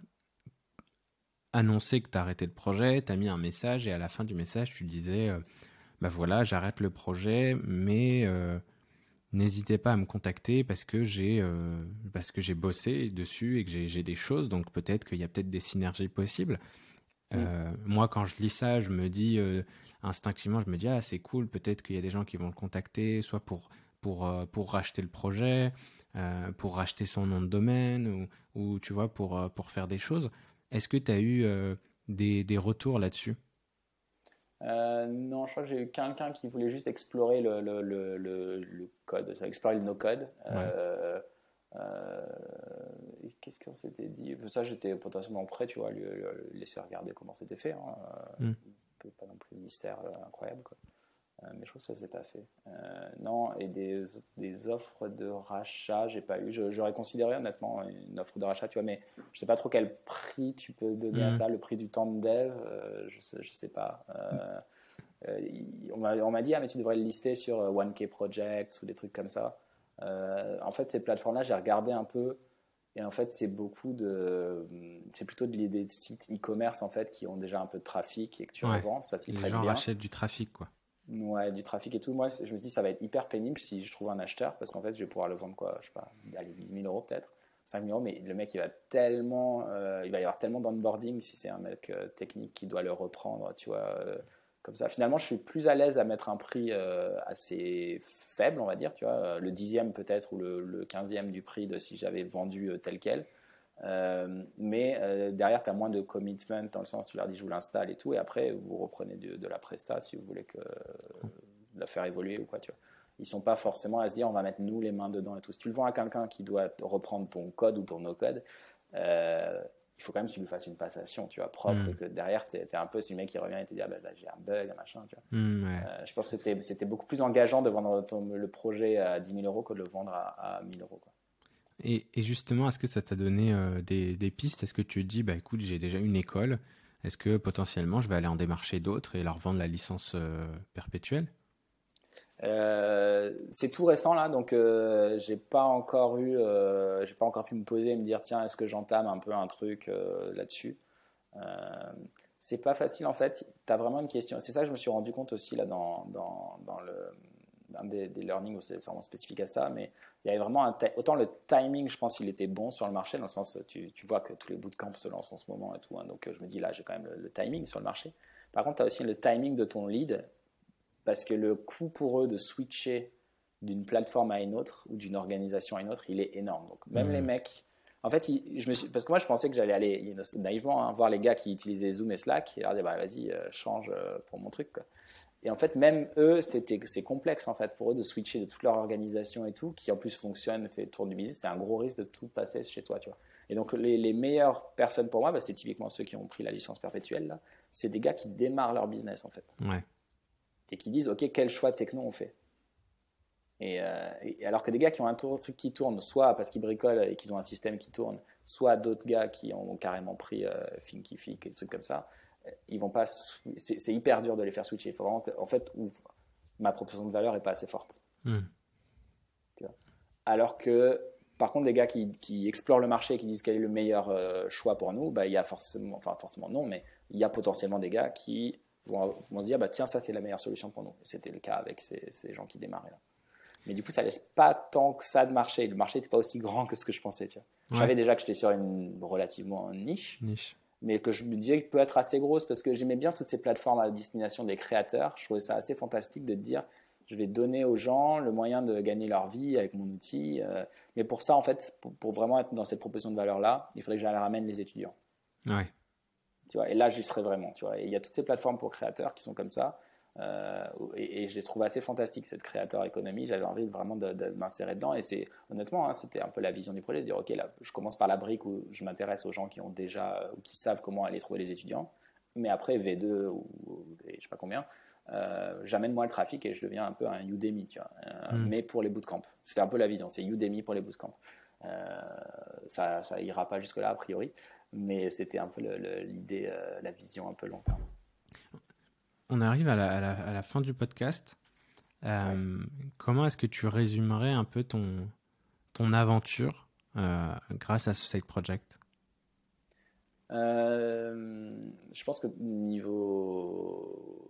annoncé que tu as arrêté le projet, tu as mis un message et à la fin du message, tu disais, euh, bah voilà, j'arrête le projet, mais euh, n'hésitez pas à me contacter parce que j'ai euh, parce que j'ai bossé dessus et que j'ai, j'ai des choses, donc peut-être qu'il y a peut-être des synergies possibles. Mm. Euh, moi, quand je lis ça, je me dis euh, instinctivement, je me dis ah c'est cool, peut-être qu'il y a des gens qui vont le contacter, soit pour pour euh, pour racheter le projet, euh, pour racheter son nom de domaine ou, ou tu vois pour euh, pour faire des choses. Est-ce que tu as eu euh, des des retours là-dessus? Euh, non, je crois que j'ai eu quelqu'un qui voulait juste explorer le, le, le, le, le code, ça, explorer le no-code. Ouais. Euh, euh, et qu'est-ce qu'on s'était dit? Ça, j'étais potentiellement prêt, tu vois, à lui, lui laisser regarder comment c'était fait. Hein. Mm. Euh, pas non plus de mystère euh, incroyable, quoi. Euh, mais je trouve que ça s'est pas fait. Euh, non, et des, des offres de rachat, j'ai pas eu. Je, j'aurais considéré honnêtement une offre de rachat, tu vois, mais je sais pas trop quel prix tu peux donner à Mm. ça, le prix du temps de dev, euh, je, sais, je sais pas. Euh, euh, on m'a, on m'a dit, ah, mais tu devrais le lister sur one K Projects ou des trucs comme ça. Euh, en fait, ces plateformes-là, j'ai regardé un peu. Et en fait, c'est beaucoup de, c'est plutôt des, des sites e-commerce en fait qui ont déjà un peu de trafic et que tu Ouais. revends. Ça s'y Les prête gens bien. rachètent du trafic, quoi. Ouais, du trafic et tout. Moi, je me dis, ça va être hyper pénible si je trouve un acheteur parce qu'en fait, je vais pouvoir le vendre quoi, je sais pas, allez, dix mille euros peut-être, cinq mille euros, mais le mec, il va tellement, euh, il va y avoir tellement d'onboarding si c'est un mec euh, technique qui doit le reprendre, tu vois, euh, comme ça. Finalement, je suis plus à l'aise à mettre un prix euh, assez faible, on va dire, tu vois, euh, le dixième peut-être ou le, le quinzième du prix de si j'avais vendu euh, tel quel. Euh, mais euh, derrière, tu as moins de commitment dans le sens tu leur dis je vous l'installe et tout, et après vous reprenez de, de la presta si vous voulez que, euh, la faire évoluer ou quoi. Tu vois. Ils sont pas forcément à se dire on va mettre nous les mains dedans et tout. Si tu le vends à quelqu'un qui doit reprendre ton code ou ton no-code, euh, il faut quand même que tu lui fasses une passation tu vois, propre Mm. et que derrière, tu es un peu ce mec qui revient et te dit ah, ben, là, j'ai un bug, un machin. Tu vois. Mm, ouais. Euh, je pense que c'était, c'était beaucoup plus engageant de vendre ton, le projet à dix mille euros que de le vendre à, à mille euros. Quoi. Et, et justement, est-ce que ça t'a donné euh, des, des pistes? Est-ce que tu te dis, bah écoute, j'ai déjà une école, est-ce que potentiellement je vais aller en démarcher d'autres et leur vendre la licence euh, perpétuelle? Euh, c'est tout récent là, donc euh, j'ai pas encore eu, euh, j'ai pas encore pu me poser et me dire tiens est-ce que j'entame un peu un truc euh, là-dessus. Euh, c'est pas facile en fait. T'as vraiment une question. C'est ça que je me suis rendu compte aussi là dans dans, dans le un des, des learnings où c'est vraiment spécifique à ça, mais il y avait vraiment un autant le timing, je pense qu'il était bon sur le marché, dans le sens tu, tu vois que tous les bootcamps se lancent en ce moment et tout, hein, donc je me dis là j'ai quand même le, le timing sur le marché. Par contre, tu as aussi le timing de ton lead, parce que le coût pour eux de switcher d'une plateforme à une autre ou d'une organisation à une autre, il est énorme. Donc même mmh. les mecs, en fait, il, je me suis, parce que moi je pensais que j'allais aller naïvement hein, voir les gars qui utilisaient Zoom et Slack et leur dire bah, vas-y euh, change euh, pour mon truc quoi. Et en fait même eux c'était, c'est complexe en fait pour eux de switcher de toute leur organisation et tout, qui en plus fonctionne, fait tourne du business, c'est un gros risque de tout passer chez toi, tu vois. Et donc les, les meilleures personnes pour moi, bah, c'est typiquement ceux qui ont pris la licence perpétuelle là, c'est des gars qui démarrent leur business en fait. Ouais. Et qui disent ok quel choix techno on fait. Et, euh, et alors que des gars qui ont un truc qui tourne, soit parce qu'ils bricolent et qu'ils ont un système qui tourne, soit d'autres gars qui ont carrément pris euh, Thinkific et des trucs comme ça, ils vont pas. C'est, c'est hyper dur de les faire switcher. Il faut vraiment que, en fait, où ma proposition de valeur est pas assez forte. Mm. Tu vois. Alors que, par contre, des gars qui, qui explorent le marché et qui disent quel est le meilleur euh, choix pour nous, bah, il y a forcément, enfin forcément non, mais il y a potentiellement des gars qui vont, vont se dire bah tiens ça c'est la meilleure solution pour nous. Et c'était le cas avec ces, ces gens qui démarraient là. Mais du coup, ça laisse pas tant que ça de marché. Le marché n'était pas aussi grand que ce que je pensais. Tu vois. Ouais. Je savais déjà que j'étais sur une relativement niche, niche, mais que je me disais qu'il peut être assez grosse parce que j'aimais bien toutes ces plateformes à destination des créateurs. Je trouvais ça assez fantastique de te dire je vais donner aux gens le moyen de gagner leur vie avec mon outil. Mais pour ça, en fait, pour, pour vraiment être dans cette proposition de valeur-là, il faudrait que j'aille ramène les étudiants. Ouais. Tu vois, et là, j'y serais vraiment. Tu vois. Et il y a toutes ces plateformes pour créateurs qui sont comme ça. Euh, et, et je les trouve assez fantastique cette créateur économie. J'avais envie vraiment de, de m'insérer dedans et c'est honnêtement hein, c'était un peu la vision du projet de dire ok là je commence par la brique où je m'intéresse aux gens qui ont déjà ou qui savent comment aller trouver les étudiants, mais après V deux ou, ou je sais pas combien euh, j'amène moi le trafic et je deviens un peu un Udemy tu vois, euh, mm. mais pour les bootcamps c'était un peu la vision, c'est Udemy pour les bootcamps. Euh, ça, ça ira pas jusque là a priori, mais c'était un peu le, le, l'idée euh, la vision un peu long terme. On arrive à la, à, la, à la fin du podcast. Euh, ouais. Comment est-ce que tu résumerais un peu ton, ton aventure euh, grâce à ce side project ? euh, Je pense que niveau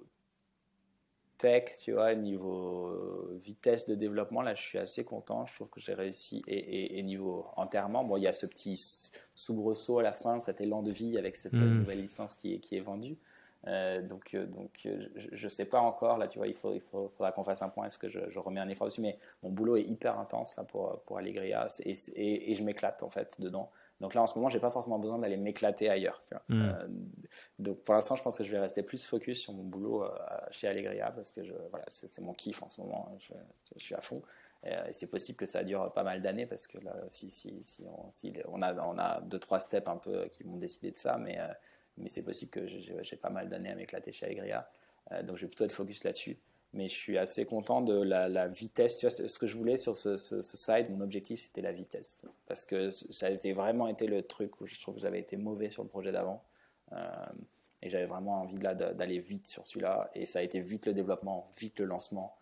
tech, tu vois, niveau vitesse de développement, là, je suis assez content. Je trouve que j'ai réussi. Et, et, et niveau enterrement, bon, il y a ce petit soubresaut à la fin, cet élan de vie avec cette mmh. nouvelle licence qui est, qui est vendue. Euh, donc, donc je ne sais pas encore, là, tu vois, il, faut, il faut, faudra qu'on fasse un point, est-ce que je, je remets un effort dessus, mais mon boulot est hyper intense là, pour, pour Allegria et, et, et je m'éclate en fait dedans. Donc là, en ce moment, je n'ai pas forcément besoin d'aller m'éclater ailleurs. Tu vois. Mmh. Euh, donc pour l'instant, je pense que je vais rester plus focus sur mon boulot euh, chez Allegria parce que je, voilà, c'est, c'est mon kiff en ce moment, je, je suis à fond. Et c'est possible que ça dure pas mal d'années parce que là, si, si, si, on, si on, a, on a deux, trois steps un peu qui vont décider de ça, mais... Euh, mais c'est possible que j'ai, j'ai pas mal d'années à m'éclater chez Allegria, euh, donc je vais plutôt être focus là-dessus. Mais je suis assez content de la, la vitesse. Tu vois, ce que je voulais sur ce, ce, ce side, mon objectif, c'était la vitesse. Parce que ça a été, vraiment été le truc où je trouve que j'avais été mauvais sur le projet d'avant. Euh, et j'avais vraiment envie de là, d'aller vite sur celui-là. Et ça a été vite le développement, vite le lancement.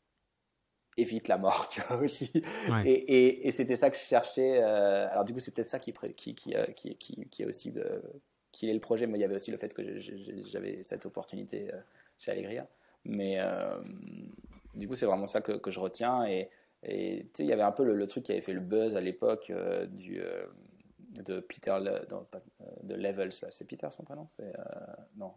Et vite la mort, tu vois, aussi. Ouais. Et, et, et c'était ça que je cherchais. Euh, alors du coup, c'est peut-être ça qui, qui, qui, qui, qui, qui est aussi... De, qu'il est le projet, mais il y avait aussi le fait que j'avais cette opportunité chez Allegria. Mais euh, du coup, c'est vraiment ça que, que je retiens. Et, et tu sais, il y avait un peu le, le truc qui avait fait le buzz à l'époque euh, du, euh, de Peter, le, non, pas, de Levels. Là. C'est Peter son prénom c'est, euh, Non.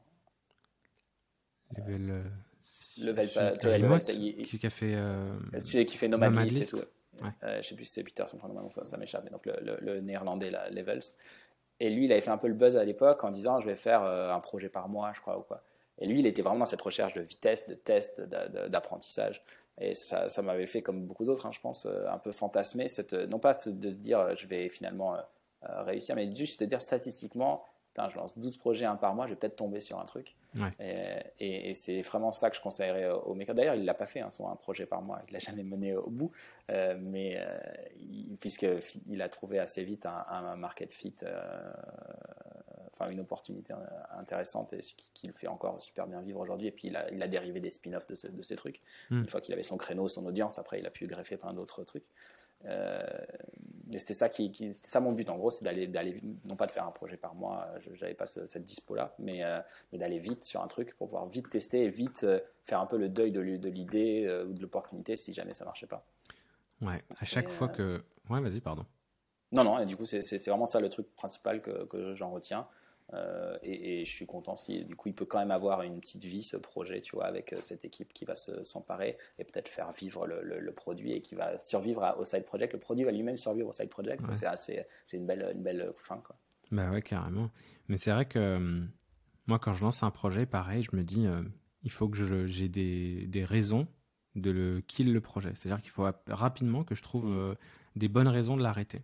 Level, euh, Levels, ça, Levels, il, qui a fait... Euh, qui fait Nomad Nomad List List. et tout. Ouais. Euh, je ne sais plus si c'est Peter son prénom, ça, ça m'échappe. Mais donc le, le, le néerlandais, là, Levels. Et lui, il avait fait un peu le buzz à l'époque en disant « je vais faire euh, un projet par mois, je crois, ou quoi ». Et lui, il était vraiment dans cette recherche de vitesse, de test, d'apprentissage. Et ça, ça m'avait fait, comme beaucoup d'autres, hein, je pense, un peu fantasmer, cette, non pas de se dire « je vais finalement euh, réussir », mais juste de dire statistiquement « je lance douze projets un par mois, je vais peut-être tomber sur un truc ouais. ». Et, et, et c'est vraiment ça que je conseillerais aux makers. D'ailleurs, il ne l'a pas fait, hein, son un projet par mois, il ne l'a jamais mené au bout, euh, mais euh, il, puisqu'il a trouvé assez vite un, un market fit, euh, enfin une opportunité intéressante et qui, qui le fait encore super bien vivre aujourd'hui. Et puis il a, il a dérivé des spin-offs de, ce, de ces trucs. Mm. Une fois qu'il avait son créneau, son audience, après il a pu greffer plein d'autres trucs. Euh, et c'était ça qui, qui c'était ça mon but en gros, c'est d'aller d'aller non pas de faire un projet par mois, je j'avais pas ce, cette dispo là, mais euh, mais d'aller vite sur un truc pour pouvoir vite tester et vite euh, faire un peu le deuil de, de l'idée euh, ou de l'opportunité si jamais ça marchait pas. Ouais, à chaque et, fois euh, que ouais, vas-y, pardon. non non, et du coup c'est c'est c'est vraiment ça le truc principal que que j'en retiens. Euh, et, et je suis content si du coup il peut quand même avoir une petite vie ce projet, tu vois, avec euh, cette équipe qui va se, s'emparer et peut-être faire vivre le, le, le produit et qui va survivre à, au side project. Le produit va lui-même survivre au side project. Ouais. Ça c'est assez, c'est une belle, une belle fin quoi. Bah ouais, carrément. Mais c'est vrai que euh, moi quand je lance un projet, pareil, je me dis euh, il faut que je, j'ai des, des raisons de le kill le projet. C'est-à-dire qu'il faut rapidement que je trouve Mmh. euh, des bonnes raisons de l'arrêter.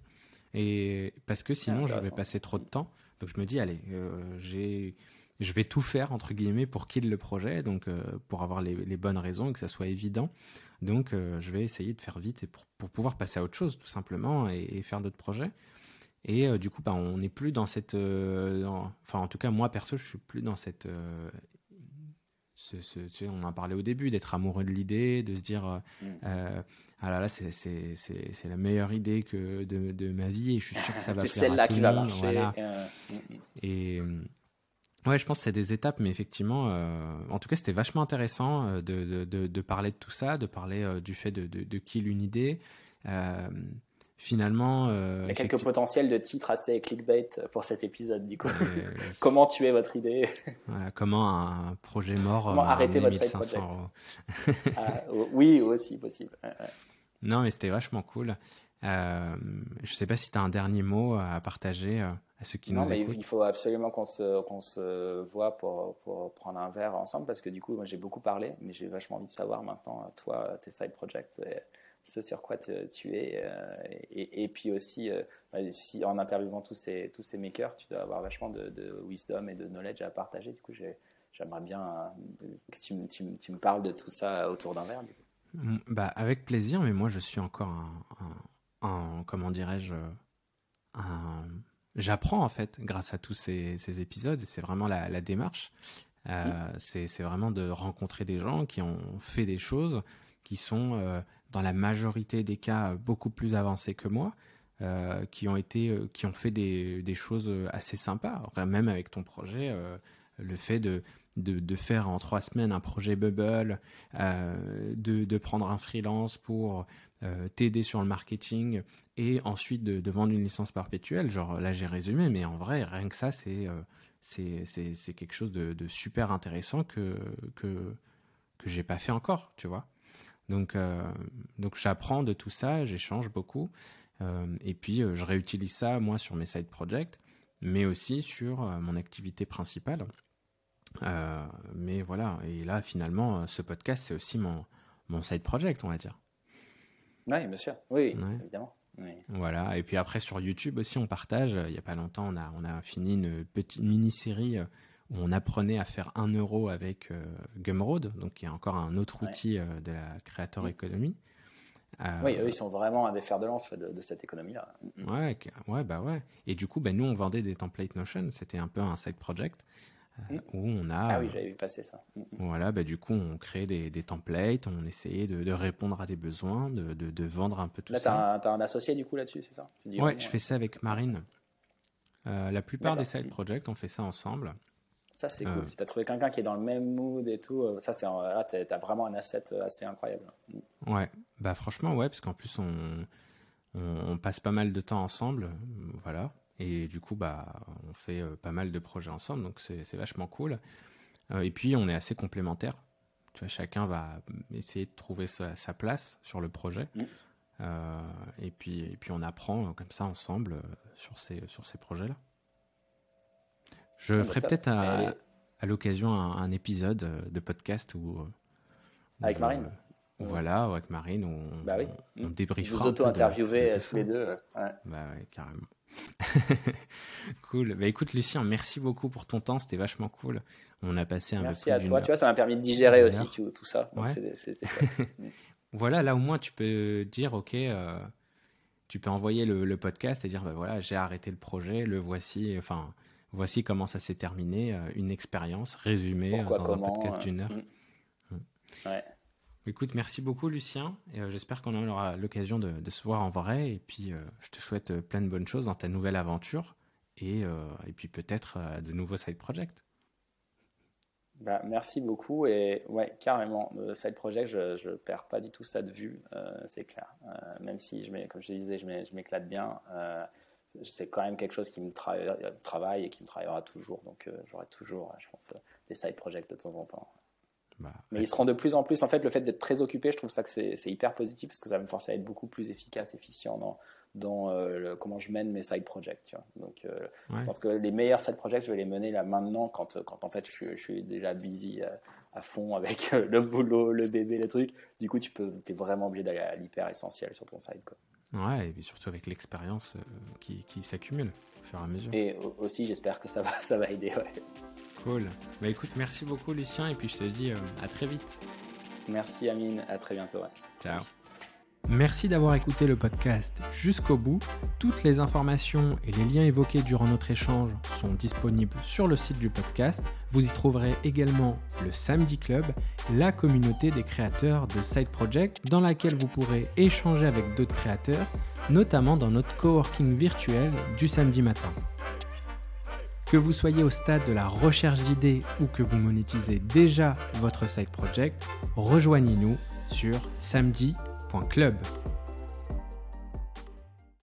Et parce que Ah, sinon je vais intéressant. passer trop de temps. Donc je me dis allez, euh, j'ai je vais tout faire entre guillemets pour kill le projet, donc euh, pour avoir les, les bonnes raisons et que ça soit évident. Donc euh, je vais essayer de faire vite et pour, pour pouvoir passer à autre chose tout simplement et, et faire d'autres projets. Et euh, du coup, bah, on n'est plus dans cette, euh, dans- enfin en tout cas moi perso, je suis plus dans cette, euh, ce, ce- tu sais, on en parlait au début, d'être amoureux de l'idée, de se dire euh, Mmh. euh, ah là là, c'est, c'est, c'est, c'est la meilleure idée que de, de ma vie et je suis sûr que ça va C'est plaire à celle-là tout qui le va monde. marcher. Voilà. Euh, mmh, mmh. Et euh, ouais, je pense que c'est des étapes, mais effectivement, euh, en tout cas, c'était vachement intéressant euh, de, de, de, de parler de tout ça, de parler euh, du fait de, de, de kill une idée. Euh, finalement, euh, Il y a quelques effecti- potentiels de titres assez clickbait pour cet épisode du coup. euh, Comment tuer votre idée? voilà, comment un projet mort euh, Comment m'a arrêter ramené votre side mille cinq cents project? euros. Ah, oui, aussi possible. Ouais, ouais. Non, mais c'était vachement cool. Euh, je sais pas si tu as un dernier mot à partager euh, à ceux qui Non, nous mais écoutent. il faut absolument qu'on se, qu'on se voit pour, pour prendre un verre ensemble parce que du coup, moi j'ai beaucoup parlé, mais j'ai vachement envie de savoir maintenant, toi, tes side projects, et ce sur quoi tu, tu es. euh, Et, et puis aussi, euh, si, en interviewant tous ces, tous ces makers, tu dois avoir vachement de, de wisdom et de knowledge à partager. Du coup, j'ai, j'aimerais bien euh, que tu, me- tu, me- tu me parles de tout ça autour d'un verre. Du coup. Mm, Bah, avec plaisir, mais moi je suis encore un, un- un- comment dirais-je, un- j'apprends en fait grâce à tous ces, ces épisodes et c'est vraiment la, la démarche. Hmm. Euh, c'est, c'est vraiment de rencontrer des gens qui ont fait des choses qui sont euh, dans la majorité des cas beaucoup plus avancés que moi, euh, qui ont été, euh, qui ont fait des, des choses assez sympas. Enfin, même avec ton projet, euh, le fait de, de, de faire en trois semaines un projet Bubble, euh, de, de prendre un freelance pour euh, t'aider sur le marketing et ensuite de, de vendre une licence perpétuelle. Genre là j'ai résumé, mais en vrai rien que ça c'est euh, c'est, c'est, c'est quelque chose de, de super intéressant que que que j'ai pas fait encore, tu vois. Donc euh, donc j'apprends de tout ça, j'échange beaucoup euh, et puis euh, je réutilise ça moi sur mes side projects, mais aussi sur euh, mon activité principale. Euh, mais voilà, et là finalement ce podcast c'est aussi mon mon side project, on va dire. Oui, bien sûr. Oui, Ouais. évidemment. Oui. Voilà, et puis après sur YouTube aussi on partage, il n'y a pas longtemps on a, on a fini une petite mini-série euh, où on apprenait à faire un euro avec euh, Gumroad, donc qui est encore un autre Ouais. outil euh, de la Creator Mm. Economy. Euh, Oui, eux, ils sont vraiment un des fers de lance de, de cette économie-là. Mm. ouais, que- ouais, bah ouais. Et du coup, bah, nous on vendait des templates Notion, c'était un peu un side project euh, Mm. où on Ah a, oui, euh, j'avais vu passer ça. Mm. voilà, bah, du coup on créait des, des templates, on essayait de, de répondre à des besoins, de, de, de vendre un peu tout Là, tu ça. as, un associé du coup là-dessus, c'est ça? C'est Ouais, Guillaume, je ouais. fais ça avec Marine. Euh, la plupart des D'accord. side projects, on fait ça ensemble. Ça, c'est Euh, cool. Si tu as trouvé quelqu'un qui est dans le même mood et tout, euh, ça, c'est, un- là, tu as vraiment un asset euh, assez incroyable. Mm. Ouais, bah franchement, ouais, parce qu'en plus, on, on, on passe pas mal de temps ensemble, euh, voilà. Et du coup, bah, on fait euh, pas mal de projets ensemble, donc c'est c'est vachement cool. Euh, et puis, on est assez complémentaires. Tu vois, chacun va essayer de trouver sa, sa place sur le projet. Mm. Euh, et puis, et puis, on apprend euh, comme ça ensemble euh, sur ces, sur ces projets-là. Je Ah, bah, ferai top. peut-être Et à, allez, à l'occasion un, un épisode euh, de podcast où, euh, où avec je, Marine. où Mm. voilà, ou avec Marine, où on, Bah oui. on Mm. débriefera Vous un peu de, de auto-interviewez tout euh, tous ça. les deux. euh, Ouais. Bah ouais, carrément. Cool. Bah écoute, Lucien, merci beaucoup pour ton temps, c'était vachement cool. On a passé un peu Merci plus à d'une toi. Tu heure. vois, ça m'a permis de digérer D'une aussi heure. tout, tout ça. Donc, Ouais. c'est- c'était chouette. Mm. Voilà, là au moins tu peux dire, ok, euh, tu peux envoyer le, le podcast et dire, bah voilà, j'ai arrêté le projet, le voici, enfin, voici comment ça s'est terminé, euh, une expérience résumée euh, Pourquoi, dans un comment podcast euh, d'une heure. mm. Mm. Ouais. Écoute, merci beaucoup Lucien, et euh, j'espère qu'on aura l'occasion de, de se voir en vrai, et puis euh, je te souhaite euh, plein de bonnes choses dans ta nouvelle aventure, et, euh, et puis peut-être euh, de nouveaux side projects. Bah, merci beaucoup et ouais, carrément, le side project, je ne perds pas du tout ça de vue, euh, c'est clair. Euh, même si, je mets, comme je te disais, je, mets, je m'éclate bien, euh, c'est quand même quelque chose qui me tra- travaille et qui me travaillera toujours. Donc euh, j'aurai toujours, je pense, des side projects de temps en temps. Bah, Mais ils seront de plus en plus, en fait, le fait d'être très occupé, je trouve ça que c'est, c'est hyper positif parce que ça va me forcer à être beaucoup plus efficace, efficient dans, dans euh, le, comment je mène mes side projects. Tu vois. Donc, euh, ouais. Je pense que les meilleurs side projects, je vais les mener là maintenant quand, quand en fait, je suis, je suis déjà busy à, à fond avec le boulot, le bébé, les trucs. Du coup, tu peux, t'es vraiment obligé d'aller à l'hyper essentiel sur ton side, quoi. Ouais, et puis surtout avec l'expérience euh, qui, qui s'accumule au fur et à mesure. Et aussi, j'espère que ça va, ça va aider, ouais. Cool. Bah écoute, merci beaucoup Lucien, et puis je te dis euh, à très vite. Merci Amine, à très bientôt. Ouais. Ciao. Merci d'avoir écouté le podcast jusqu'au bout. Toutes les informations et les liens évoqués durant notre échange sont disponibles sur le site du podcast. Vous y trouverez également le Samedi Club, la communauté des créateurs de Side Project, dans laquelle vous pourrez échanger avec d'autres créateurs, notamment dans notre coworking virtuel du samedi matin. Que vous soyez au stade de la recherche d'idées ou que vous monétisez déjà votre side project, rejoignez-nous sur samedi point club.